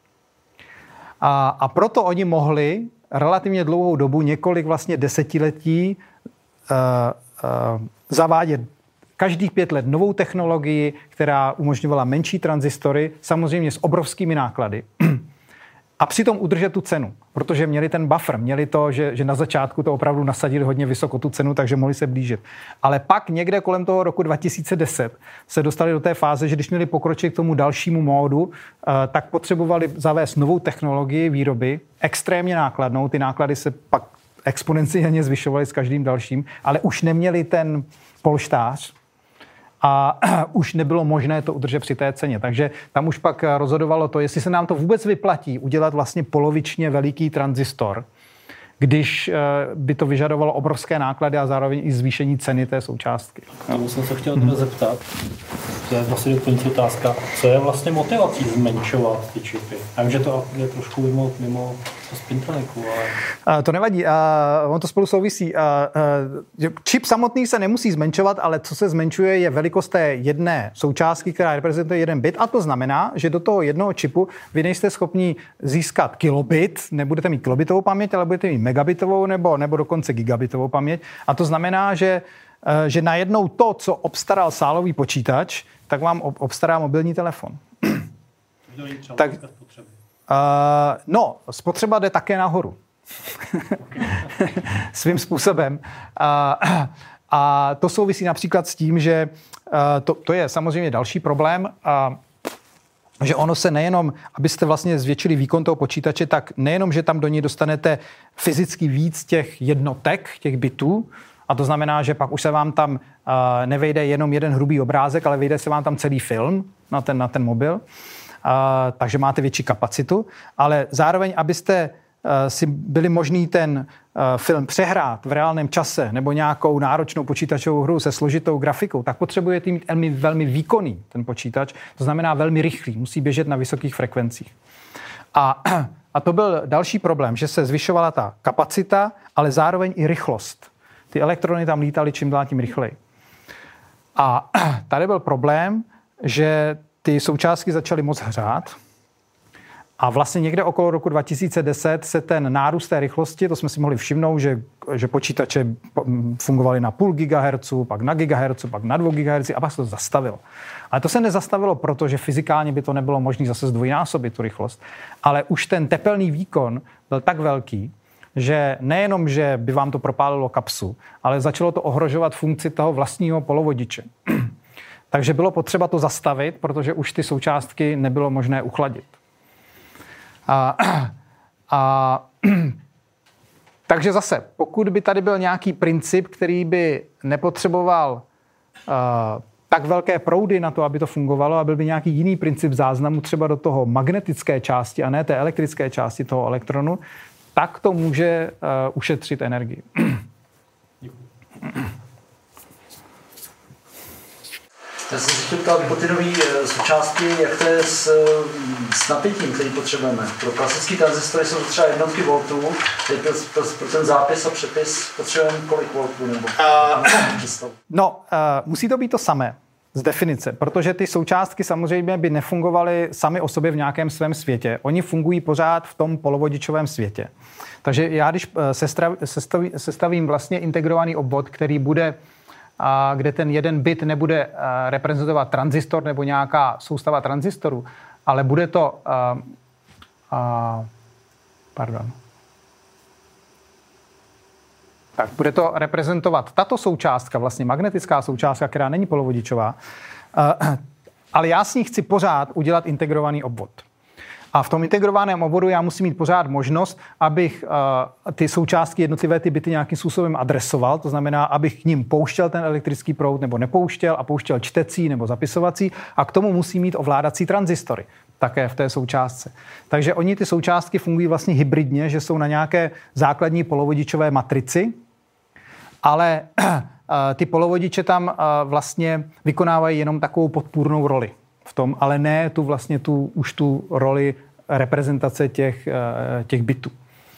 A, a proto oni mohli relativně dlouhou dobu, několik vlastně desetiletí, uh, uh, zavádět každých pět let novou technologii, která umožňovala menší tranzistory, samozřejmě s obrovskými náklady. A přitom udržet tu cenu, protože měli ten buffer, měli to, že, že na začátku to opravdu nasadili hodně vysoko tu cenu, takže mohli se blížit. Ale pak někde kolem toho roku dva tisíce deset se dostali do té fáze, že když měli pokročit k tomu dalšímu módu, tak potřebovali zavést novou technologii výroby, extrémně nákladnou, ty náklady se pak exponenciálně zvyšovaly s každým dalším, ale už neměli ten polštář, a už nebylo možné to udržet při té ceně. Takže tam už pak rozhodovalo to, jestli se nám to vůbec vyplatí udělat vlastně polovičně veliký tranzistor, když by to vyžadovalo obrovské náklady a zároveň i zvýšení ceny té součástky. K tomu jsem se chtěl teda zeptat, to je vlastně doplňující otázka, co je vlastně motivací zmenšovat ty čipy? Já vím, že to je trošku mimo, mimo to spintroniku, ale... To nevadí, on to spolu souvisí. Čip samotný se nemusí zmenšovat, ale co se zmenšuje, je velikost té jedné součástky, která reprezentuje jeden bit, a to znamená, že do toho jednoho čipu vy nejste schopni získat kilobit, nebudete mít kilobitovou paměť, ale budete mít megabitovou nebo, nebo dokonce gigabitovou paměť. A to znamená, že, že najednou to, co obstaral sálový počítač, tak vám obstará mobilní telefon. Tak, uh, no, spotřeba jde také nahoru. Svým způsobem. Uh, a to souvisí například s tím, že uh, to, to je samozřejmě další problém, uh, že ono se nejenom, abyste vlastně zvětšili výkon toho počítače, tak nejenom, že tam do něj dostanete fyzicky víc těch jednotek, těch bitů, a to znamená, že pak už se vám tam uh, nevejde jenom jeden hrubý obrázek, ale vejde se vám tam celý film na ten, na ten mobil, uh, takže máte větší kapacitu, ale zároveň, abyste uh, si byli možný ten uh, film přehrát v reálném čase nebo nějakou náročnou počítačovou hru se složitou grafikou, tak potřebujete mít velmi, velmi výkonný ten počítač, to znamená velmi rychlý, musí běžet na vysokých frekvencích. A, a to byl další problém, že se zvyšovala ta kapacita, ale zároveň i rychlost. Ty elektrony tam lítaly čím dál tím rychleji. A tady byl problém, že ty součástky začaly moc hřát a vlastně někde okolo roku dva tisíce deset se ten nárůst té rychlosti, to jsme si mohli všimnout, že, že počítače fungovaly na půl gigahertzu, pak na gigahertzu, pak na dvou gigahertzu a pak se to zastavilo. Ale to se nezastavilo, protože fyzikálně by to nebylo možné zase zdvojnásobit tu rychlost, ale už ten tepelný výkon byl tak velký, že nejenom, že by vám to propálilo kapsu, ale začalo to ohrožovat funkci toho vlastního polovodiče. Takže bylo potřeba to zastavit, protože už ty součástky nebylo možné uchladit. A, a, takže zase, pokud by tady byl nějaký princip, který by nepotřeboval uh, tak velké proudy na to, aby to fungovalo, a byl by nějaký jiný princip záznamu třeba do toho magnetické části a ne té elektrické části toho elektronu, tak to může uh, ušetřit energii. Já jsem se chtěl ptát po ty nové součástky, jak to je s, s napětím, který potřebujeme. Pro klasický tranzistory jsou třeba jednotky voltů, pro, pro, pro ten zápis a přepis potřebujeme kolik voltů? Nebo uh, no, uh, musí to být to samé z definice, protože ty součástky samozřejmě by nefungovaly sami o sobě v nějakém svém světě. Oni fungují pořád v tom polovodičovém světě. Takže já, když sestavím, sestavím vlastně integrovaný obvod, který bude a kde ten jeden bit nebude reprezentovat tranzistor nebo nějaká soustava tranzistorů, ale bude to uh, uh, pardon. Tak bude to reprezentovat tato součástka, vlastně magnetická součástka, která není polovodičová, uh, ale já s ní chci pořád udělat integrovaný obvod. A v tom integrovaném obvodu já musím mít pořád možnost, abych uh, ty součástky, jednotlivé ty bity nějakým způsobem adresoval, to znamená, abych k ním pouštěl ten elektrický proud nebo nepouštěl a pouštěl čtecí nebo zapisovací, a k tomu musím mít ovládací tranzistory také v té součástce. Takže oni ty součástky fungují vlastně hybridně, že jsou na nějaké základní polovodičové matrici, ale uh, ty polovodiče tam uh, vlastně vykonávají jenom takovou podpůrnou roli v tom, ale ne tu vlastně tu, už tu roli reprezentace těch, těch bitů.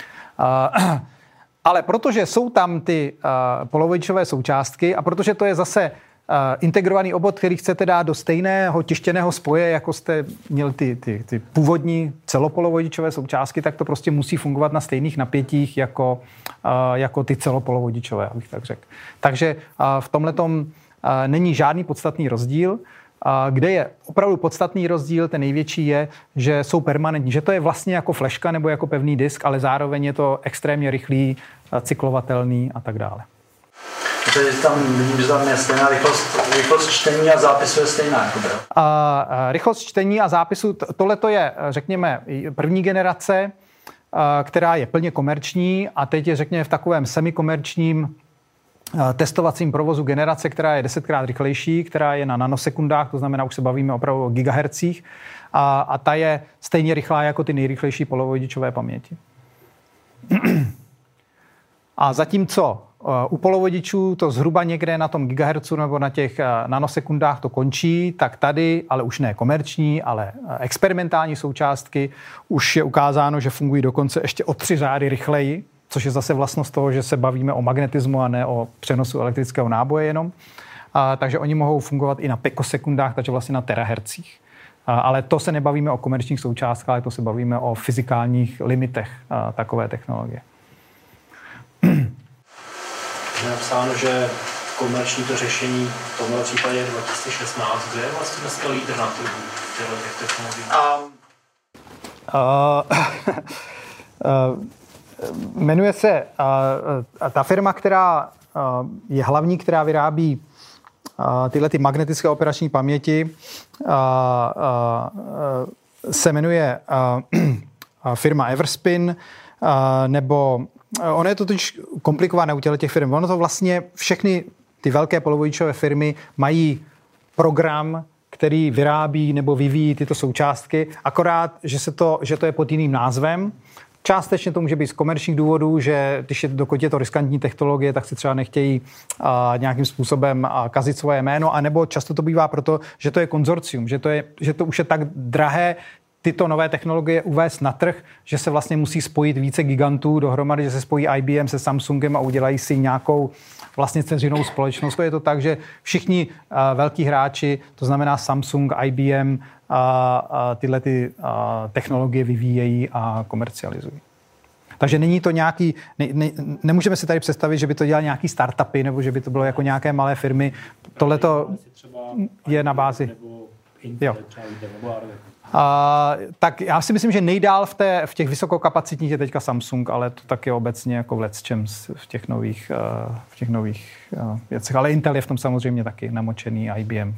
Ale protože jsou tam ty polovodičové součástky a protože to je zase integrovaný obvod, který chcete dát do stejného tištěného spoje, jako jste měli ty, ty, ty původní celopolovodičové součástky, tak to prostě musí fungovat na stejných napětích jako, jako ty celopolovodičové, abych tak řekl. Takže v tomhletom není žádný podstatný rozdíl. Kde je opravdu podstatný rozdíl, ten největší je, že jsou permanentní, že to je vlastně jako fleška nebo jako pevný disk, ale zároveň je to extrémně rychlý, cyklovatelný a tak dále. Takže tam vidím, že tam je stejná rychlost, rychlost čtení a zápisu je stejná. Jako a, a, rychlost čtení a zápisu, tohle to je, řekněme, první generace, a, která je plně komerční, a teď je, řekněme, v takovém semikomerčním testovacím provozu generace, která je desetkrát rychlejší, která je na nanosekundách, to znamená, už se bavíme opravdu o gigahertzích, a, a ta je stejně rychlá jako ty nejrychlejší polovodičové paměti. A zatímco u polovodičů to zhruba někde na tom gigahertzu nebo na těch nanosekundách to končí, tak tady, ale už ne komerční, ale experimentální součástky, už je ukázáno, že fungují dokonce ještě o tři řády rychleji, což je zase vlastnost toho, že se bavíme o magnetismu a ne o přenosu elektrického náboje jenom. A, takže oni mohou fungovat i na pikosekundách, takže vlastně na terahertzích. A, ale to se nebavíme o komerčních součástkách, ale to se bavíme o fyzikálních limitech a, takové technologie. Je napsáno, že komerční to řešení v tomhle případě dva tisíce šestnáct, kde je vlastně dneska lídr na trhu těch technologií? Um. Uh, uh, Jmenuje se uh, ta firma, která uh, je hlavní, která vyrábí uh, tyhle ty magnetické operační paměti, uh, uh, se jmenuje uh, firma Everspin, uh, nebo uh, ono je to totiž komplikované u těch firm. Ono to vlastně všechny ty velké polovodičové firmy mají program, který vyrábí nebo vyvíjí tyto součástky, akorát, že, se to, že to je pod jiným názvem. Částečně to může být z komerčních důvodů, že když je, dokud je to riskantní technologie, tak si třeba nechtějí uh, nějakým způsobem uh, kazit svoje jméno, anebo často to bývá proto, že to je konzorcium, že to, je, že to už je tak drahé tyto nové technologie uvést na trh, že se vlastně musí spojit více gigantů dohromady, že se spojí I B M se Samsungem a udělají si nějakou vlastně dceřinou společnost. To je to tak, že všichni uh, velký hráči, to znamená Samsung, I B M, a, a tyhle ty a, technologie vyvíjejí a komercializují. Takže není to nějaký, ne, ne, nemůžeme si tady představit, že by to dělali nějaký startupy, nebo že by to bylo jako nějaké malé firmy. Tohle to je na bázi. Intel, třeba nebo Arvek. A, tak já si myslím, že nejdál v, té, v těch vysokokapacitních je teďka Samsung, ale to taky obecně jako v lecčem v těch nových, v těch nových věcech. Ale Intel je v tom samozřejmě taky namočený, I B M.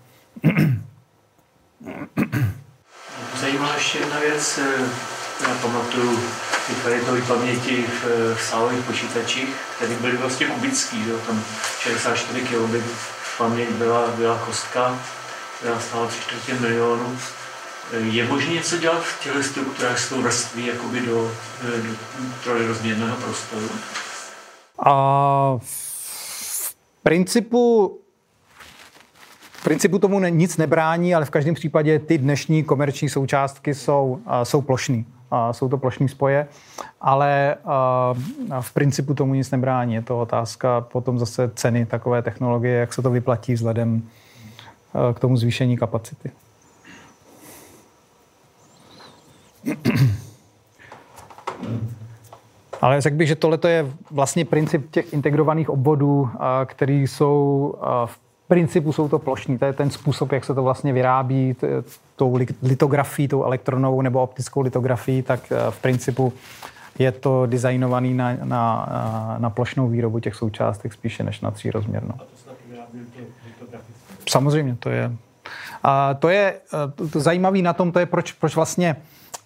Zajímavá ještě jedna věc. Já pamatuju ty karetové paměti v, v sálových počítačích, které byly vlastně kubický. Jo? Tam šedesát čtyři kilobit paměť byla, byla kostka, která stála tři čtvrtě milionu. Je možné něco dělat v těchto strukturách s tou vrství jakoby do, do trojrozměrného prostoru? A v principu v principu tomu ne, nic nebrání, ale v každém případě ty dnešní komerční součástky jsou, uh, jsou plošný. Uh, jsou to plošný spoje, ale uh, v principu tomu nic nebrání. Je to otázka potom zase ceny takové technologie, jak se to vyplatí vzhledem uh, k tomu zvýšení kapacity. Ale řekl bych, že tohle je vlastně princip těch integrovaných obvodů, který jsou v principu jsou to plošní. To je ten způsob, jak se to vlastně vyrábí tou litografií, tou elektronovou nebo optickou litografií, tak v principu je to designovaný na, na, na plošnou výrobu těch součástek spíše než na třírozměrnou. A to se taky vyrábí litograficky? Samozřejmě, to je. A to je to, to zajímavé na tom, to je proč, proč vlastně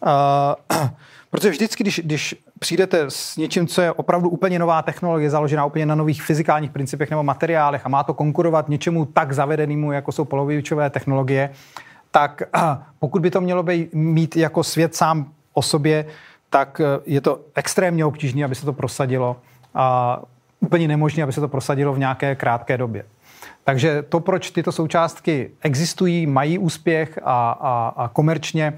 uh, protože vždycky, když, když přijdete s něčím, co je opravdu úplně nová technologie, založená úplně na nových fyzikálních principech nebo materiálech a má to konkurovat něčemu tak zavedenému, jako jsou polovodičové technologie, tak pokud by to mělo být, mít jako svět sám o sobě, tak je to extrémně obtížné, aby se to prosadilo a úplně nemožné, aby se to prosadilo v nějaké krátké době. Takže to, proč tyto součástky existují, mají úspěch a, a, a komerčně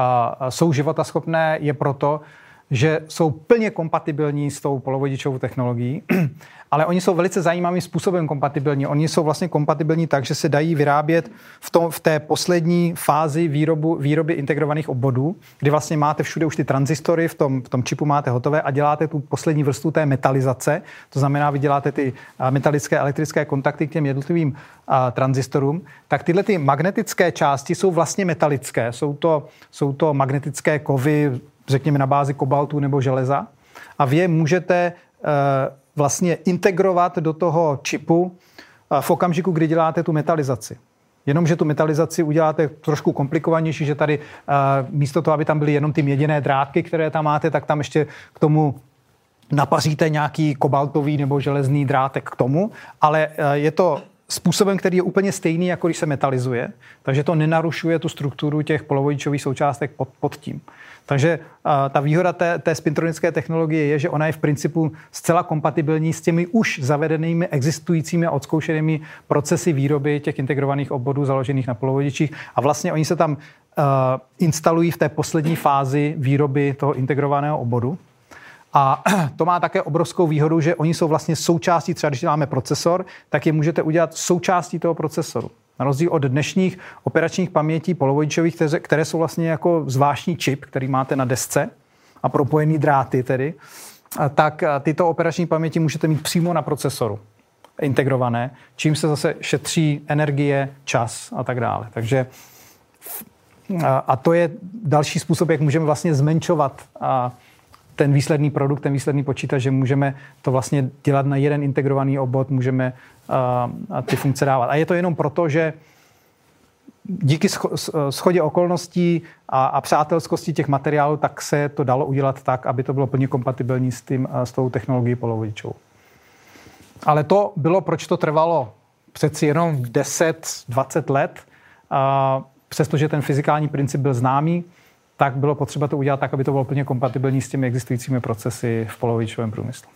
a jsou životaschopné, je proto, že jsou plně kompatibilní s tou polovodičovou technologií, ale oni jsou velice zajímavým způsobem kompatibilní. Oni jsou vlastně kompatibilní tak, že se dají vyrábět v, tom, v té poslední fázi výrobu, výroby integrovaných obvodů, kdy vlastně máte všude už ty tranzistory, v tom, v tom čipu máte hotové a děláte tu poslední vrstvu té metalizace. To znamená, vy děláte ty metalické elektrické kontakty k těm jednotlivým a, tranzistorům. Tak tyhle ty magnetické části jsou vlastně metalické. Jsou to, jsou to magnetické kovy, řekněme na bázi kobaltu nebo železa. A vy je můžete e, vlastně integrovat do toho čipu e, v okamžiku, kdy děláte tu metalizaci. Jenomže tu metalizaci uděláte trošku komplikovanější, že tady e, místo toho, aby tam byly jenom ty měděné drátky, které tam máte, tak tam ještě k tomu napaříte nějaký kobaltový nebo železný drátek k tomu, ale e, je to způsobem, který je úplně stejný, jako když se metalizuje, takže to nenarušuje tu strukturu těch polovodičových součástek pod, pod tím. Takže uh, ta výhoda té, té spintronické technologie je, že ona je v principu zcela kompatibilní s těmi už zavedenými, existujícími a odzkoušenými procesy výroby těch integrovaných obvodů založených na polovodičích a vlastně oni se tam uh, instalují v té poslední fázi výroby toho integrovaného obvodu. A to má také obrovskou výhodu, že oni jsou vlastně součástí, třeba když děláme procesor, tak je můžete udělat součástí toho procesoru. Na rozdíl od dnešních operačních pamětí polovodičových, které, které jsou vlastně jako zvláštní čip, který máte na desce a propojený dráty tedy, tak tyto operační paměti můžete mít přímo na procesoru integrované, čím se zase šetří energie, čas a tak dále. Takže a to je další způsob, jak můžeme vlastně zmenšovat ten výsledný produkt, ten výsledný počítač, že můžeme to vlastně dělat na jeden integrovaný obvod, můžeme uh, ty funkce dávat. A je to jenom proto, že díky shodě okolností a, a přátelskosti těch materiálů, tak se to dalo udělat tak, aby to bylo plně kompatibilní s, tím, s tou technologií polovodičovou. Ale to bylo, proč to trvalo přeci jenom deset dvacet let, uh, přestože ten fyzikální princip byl známý, tak bylo potřeba to udělat tak, aby to bylo plně kompatibilní s těmi existujícími procesy v polovodičovém průmyslu.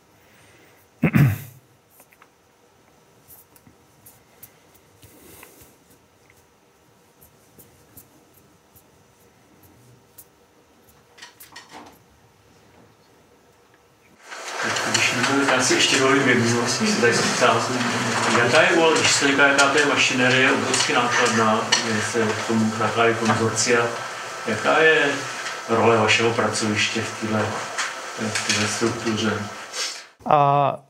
Když nebudu, já si ještě dovolím jednu, vlastně se tady ptám, jaká je, když se říká, jaká to je mašinérie, obrovsky nákladná, je se k tomu nakládají konzorcia. Jaká je role vašeho pracoviště v téhle, v téhle struktuře? A, a,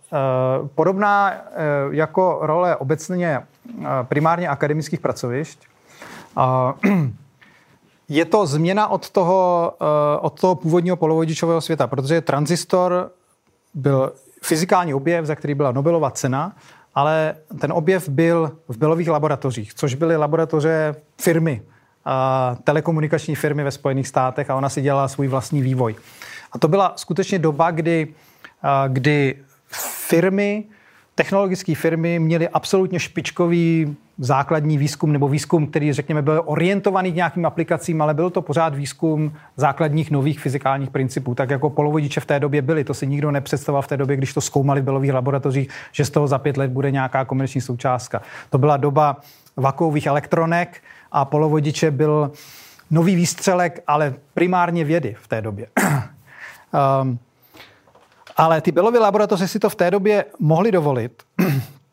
podobná a, jako role obecně primárně akademických pracovišť. Je to změna od toho, od toho původního polovodičového světa, protože tranzistor byl fyzikální objev, za který byla Nobelova cena, ale ten objev byl v Bellových laboratořích, což byly laboratoře firmy, telekomunikační firmy ve Spojených státech a ona si dělala svůj vlastní vývoj. A to byla skutečně doba, kdy, kdy firmy, technologické firmy měly absolutně špičkový základní výzkum nebo výzkum, který, řekněme, byl orientovaný k nějakým aplikacím, ale byl to pořád výzkum základních nových fyzikálních principů, tak jako polovodiče v té době byly. To si nikdo nepředstavoval v té době, když to zkoumali v Bellových laboratořích, že z toho za pět let bude nějaká komerční součástka. To byla doba vakuových elektronek a polovodiče byl nový výstřelek, ale primárně vědy v té době. um, ale ty Bellovy laboratoře si to v té době mohli dovolit, uh,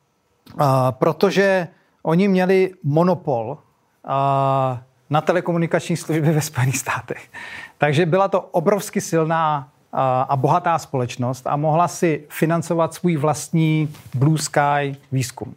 protože oni měli monopol uh, na telekomunikační služby ve Spojených státech. Takže byla to obrovsky silná uh, a bohatá společnost a mohla si financovat svůj vlastní Blue Sky výzkum.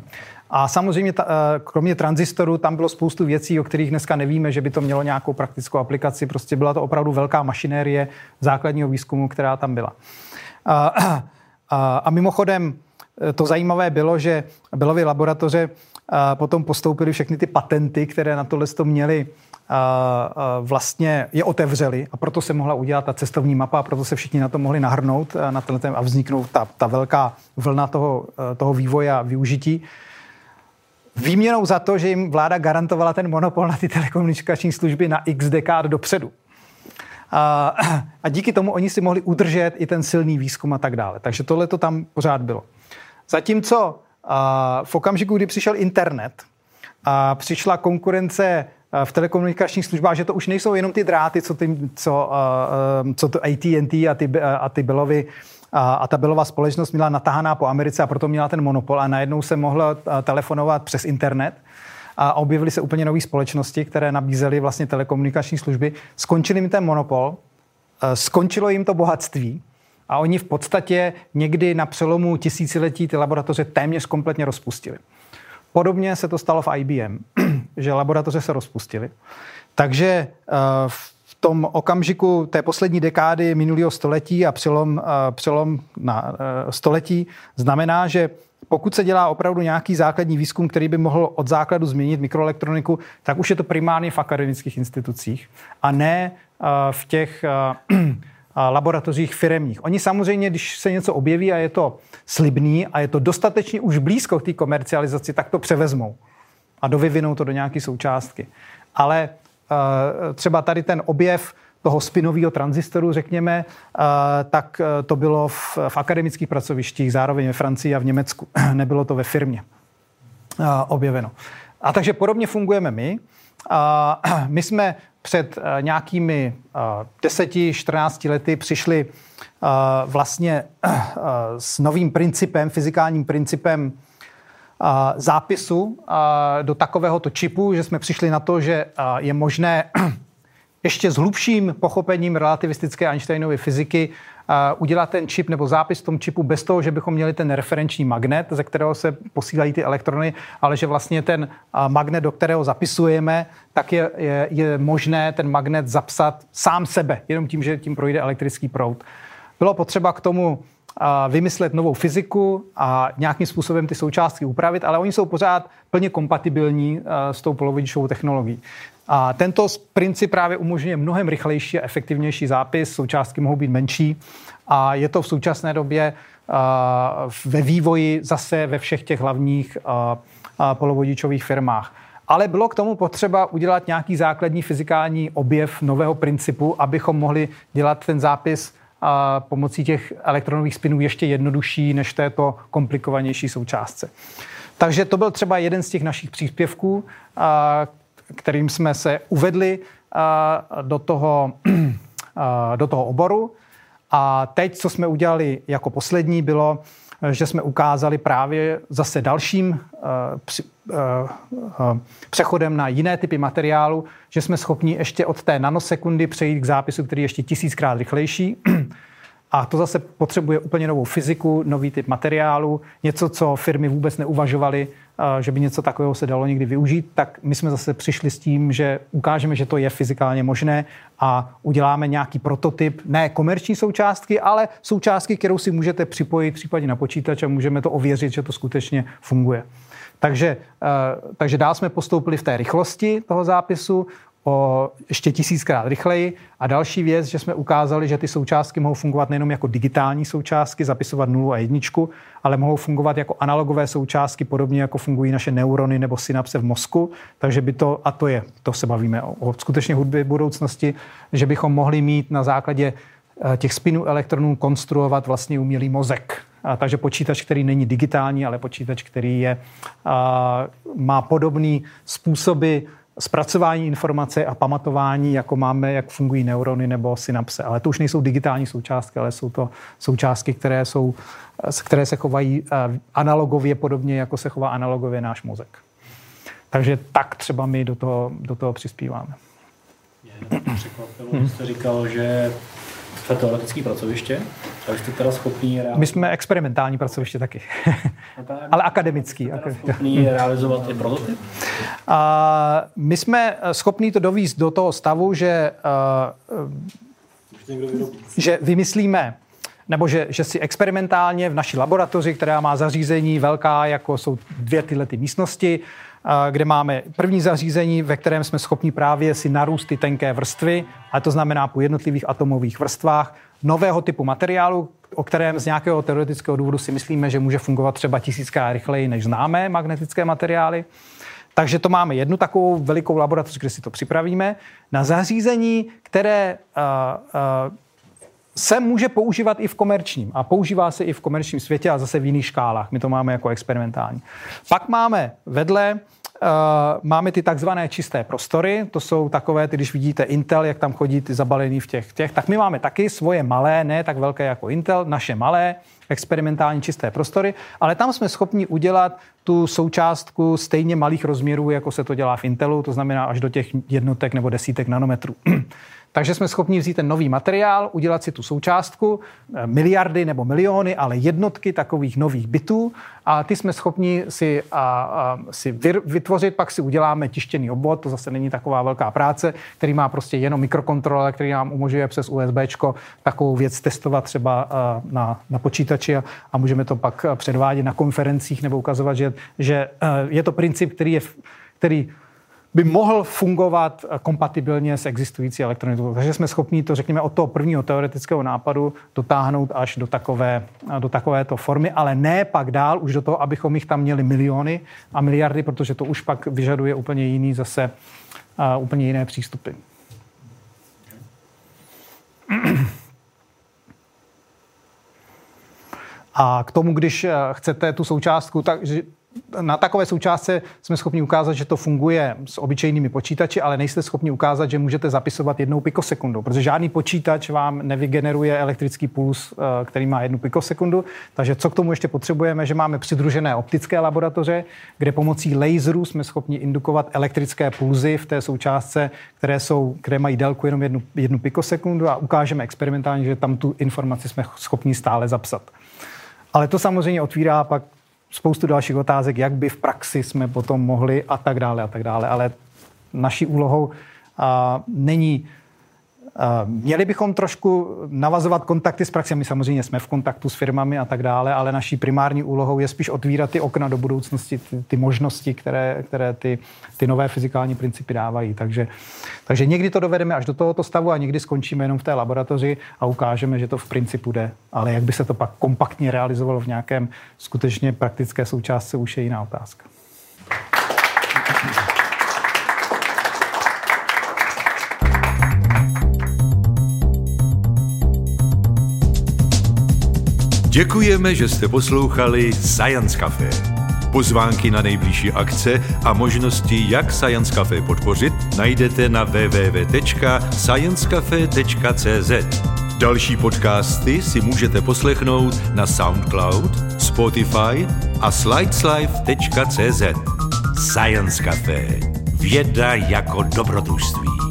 A samozřejmě ta, kromě tranzistorů tam bylo spoustu věcí, o kterých dneska nevíme, že by to mělo nějakou praktickou aplikaci. Prostě byla to opravdu velká mašinérie základního výzkumu, která tam byla. A, a, a mimochodem to zajímavé bylo, že Bellovy laboratoře potom postoupily všechny ty patenty, které na tohle to měly, a, a vlastně je otevřely a proto se mohla udělat ta cestovní mapa a proto se všichni na to mohli nahrnout na tenhle a vzniknout ta, ta velká vlna toho, toho vývoje a využití. Výměnou za to, že jim vláda garantovala ten monopol na ty telekomunikační služby na x dekád dopředu. A, a díky tomu oni si mohli udržet i ten silný výzkum a tak dále. Takže tohle to tam pořád bylo. Zatímco a, v okamžiku, kdy přišel internet a přišla konkurence v telekomunikačních službách, že to už nejsou jenom ty dráty, co, ty, co, a, co to A T and T a ty, a ty Bellovy A, a ta Bellová společnost měla natahaná po Americe a proto měla ten monopol a najednou se mohla telefonovat přes internet a objevily se úplně nové společnosti, které nabízely vlastně telekomunikační služby. Skončil jim ten monopol, skončilo jim to bohatství a oni v podstatě někdy na přelomu tisíciletí ty laboratoře téměř kompletně rozpustili. Podobně se to stalo v I B M, že laboratoře se rozpustily. Takže v V tom okamžiku té poslední dekády minulého století a přelom, přelom na století znamená, že pokud se dělá opravdu nějaký základní výzkum, který by mohl od základu změnit mikroelektroniku, tak už je to primárně v akademických institucích a ne v těch laboratořích firemních. Oni samozřejmě, když se něco objeví a je to slibný a je to dostatečně už blízko k té komercializaci, tak to převezmou a dovyvinou to do nějaké součástky. Ale třeba tady ten objev toho spinového tranzistoru, řekněme, tak to bylo v, v akademických pracovištích, zároveň ve Francii a v Německu. Nebylo to ve firmě objeveno. A takže podobně fungujeme my. My jsme před nějakými deseti, čtrnácti lety přišli vlastně s novým principem, fyzikálním principem zápisu do takovéhoto čipu, že jsme přišli na to, že je možné ještě s hlubším pochopením relativistické Einsteinovy fyziky udělat ten čip nebo zápis v tom čipu bez toho, že bychom měli ten referenční magnet, ze kterého se posílají ty elektrony, ale že vlastně ten magnet, do kterého zapisujeme, tak je, je, je možné ten magnet zapsat sám sebe, jenom tím, že tím projde elektrický proud. Bylo potřeba k tomu vymyslet novou fyziku a nějakým způsobem ty součástky upravit, ale oni jsou pořád plně kompatibilní s tou polovodičovou technologií. A tento princip právě umožňuje mnohem rychlejší a efektivnější zápis, součástky mohou být menší a je to v současné době ve vývoji zase ve všech těch hlavních polovodičových firmách. Ale bylo k tomu potřeba udělat nějaký základní fyzikální objev nového principu, abychom mohli dělat ten zápis a pomocí těch elektronových spinů ještě jednodušší než této komplikovanější součástce. Takže to byl třeba jeden z těch našich příspěvků, kterým jsme se uvedli do toho, do toho oboru. A teď, co jsme udělali jako poslední, bylo, že jsme ukázali právě zase dalším přechodem na jiné typy materiálu, že jsme schopni ještě od té nanosekundy přejít k zápisu, který je ještě tisíckrát rychlejší. A to zase potřebuje úplně novou fyziku, nový typ materiálu, něco, co firmy vůbec neuvažovaly že by něco takového se dalo někdy využít, tak my jsme zase přišli s tím, že ukážeme, že to je fyzikálně možné a uděláme nějaký prototyp, ne komerční součástky, ale součástky, kterou si můžete připojit případně na počítač a můžeme to ověřit, že to skutečně funguje. Takže, takže dál jsme postoupili v té rychlosti toho zápisu, o ještě tisíckrát rychleji. A další věc, že jsme ukázali, že ty součástky mohou fungovat nejenom jako digitální součástky, zapisovat nulu a jedničku, ale mohou fungovat jako analogové součástky, podobně jako fungují naše neurony nebo synapse v mozku. Takže by to, a to je, to se bavíme o, o skutečně hudbě budoucnosti, že bychom mohli mít na základě těch spinů elektronů konstruovat vlastně umělý mozek. A takže počítač, který není digitální, ale počítač, který je, a, má podobný způsoby zpracování informace a pamatování, jako máme, jak fungují neurony nebo synapse. Ale to už nejsou digitální součástky, ale jsou to součástky, které, jsou, které se chovají analogově, podobně jako se chová analogově náš mozek. Takže tak třeba my do toho, do toho přispíváme. Mě překvapilo, hmm. jste říkal, že jste teoretické pracoviště, a jste teda schopný realizovat... My jsme experimentální pracoviště taky, ale akademický. Jste teda schopný realizovat i prototyp? Uh, my jsme schopní to dovízt do toho stavu, že, uh, že vymyslíme, nebo že, že si experimentálně v naší laboratoři, která má zařízení velká, jako jsou dvě tyhle ty místnosti, kde máme první zařízení, ve kterém jsme schopni právě si narůst ty tenké vrstvy, ale to znamená po jednotlivých atomových vrstvách nového typu materiálu, o kterém z nějakého teoretického důvodu si myslíme, že může fungovat třeba tisíckrát rychleji, než známé magnetické materiály. Takže to máme jednu takovou velikou laboratoř, kde si to připravíme na zařízení, které uh, uh, se může používat i v komerčním a používá se i v komerčním světě a zase v jiných škálách. My to máme jako experimentální. Pak máme vedle, uh, máme ty takzvané čisté prostory, to jsou takové, ty, když vidíte Intel, jak tam chodí ty zabalený v těch, těch, tak my máme taky svoje malé, ne tak velké jako Intel, naše malé experimentální čisté prostory, ale tam jsme schopni udělat tu součástku stejně malých rozměrů, jako se to dělá v Intelu, to znamená až do těch jednotek nebo desítek nanometrů. Takže jsme schopni vzít ten nový materiál, udělat si tu součástku, miliardy nebo miliony, ale jednotky takových nových bitů a ty jsme schopni si, a, a, si vytvořit, pak si uděláme tištěný obvod, to zase není taková velká práce, který má prostě jenom mikrokontroler, který nám umožňuje přes USBčko takovou věc testovat třeba na, na počítači a, a můžeme to pak předvádět na konferencích nebo ukazovat, že, že je to princip, který je, který by mohl fungovat kompatibilně s existující elektronikou. Takže jsme schopni to, řekněme, od toho prvního teoretického nápadu dotáhnout až do takové, do takovéto formy, ale ne pak dál už do toho, abychom jich tam měli miliony a miliardy, protože to už pak vyžaduje úplně jiný zase, uh, úplně jiné přístupy. A k tomu, když chcete tu součástku, takže na takové součástce jsme schopni ukázat, že to funguje s obyčejnými počítači, ale nejste schopni ukázat, že můžete zapisovat jednou pikosekundou, protože žádný počítač vám nevygeneruje elektrický puls, který má jednu pikosekundu. Takže co k tomu ještě potřebujeme, že máme přidružené optické laboratoře, kde pomocí laserů jsme schopni indukovat elektrické pulzy v té součástce, které, jsou, které mají délku jenom jednu, jednu pikosekundu a ukážeme experimentálně, že tam tu informaci jsme schopni stále zapsat. Ale to samozřejmě otvírá pak spoustu dalších otázek, jak by v praxi jsme potom mohli a tak dále a tak dále. Ale naší úlohou a, není... A, měli bychom trošku navazovat kontakty s praxí. My samozřejmě jsme v kontaktu s firmami a tak dále, ale naší primární úlohou je spíš otvírat ty okna do budoucnosti, ty, ty možnosti, které, které ty, ty nové fyzikální principy dávají. Takže, takže někdy to dovedeme až do tohoto stavu a někdy skončíme jenom v té laboratoři a ukážeme, že to v principu jde. Ale jak by se to pak kompaktně realizovalo v nějakém skutečně praktické součástce, už je jiná otázka. Děkujeme, že jste poslouchali Science Café. Pozvánky na nejbližší akce a možnosti, jak Science Café podpořit, najdete na w w w tečka science cafe tečka c z. Další podcasty si můžete poslechnout na SoundCloud, Spotify a slideslife tečka c z. Science Café. Věda jako dobrodružství.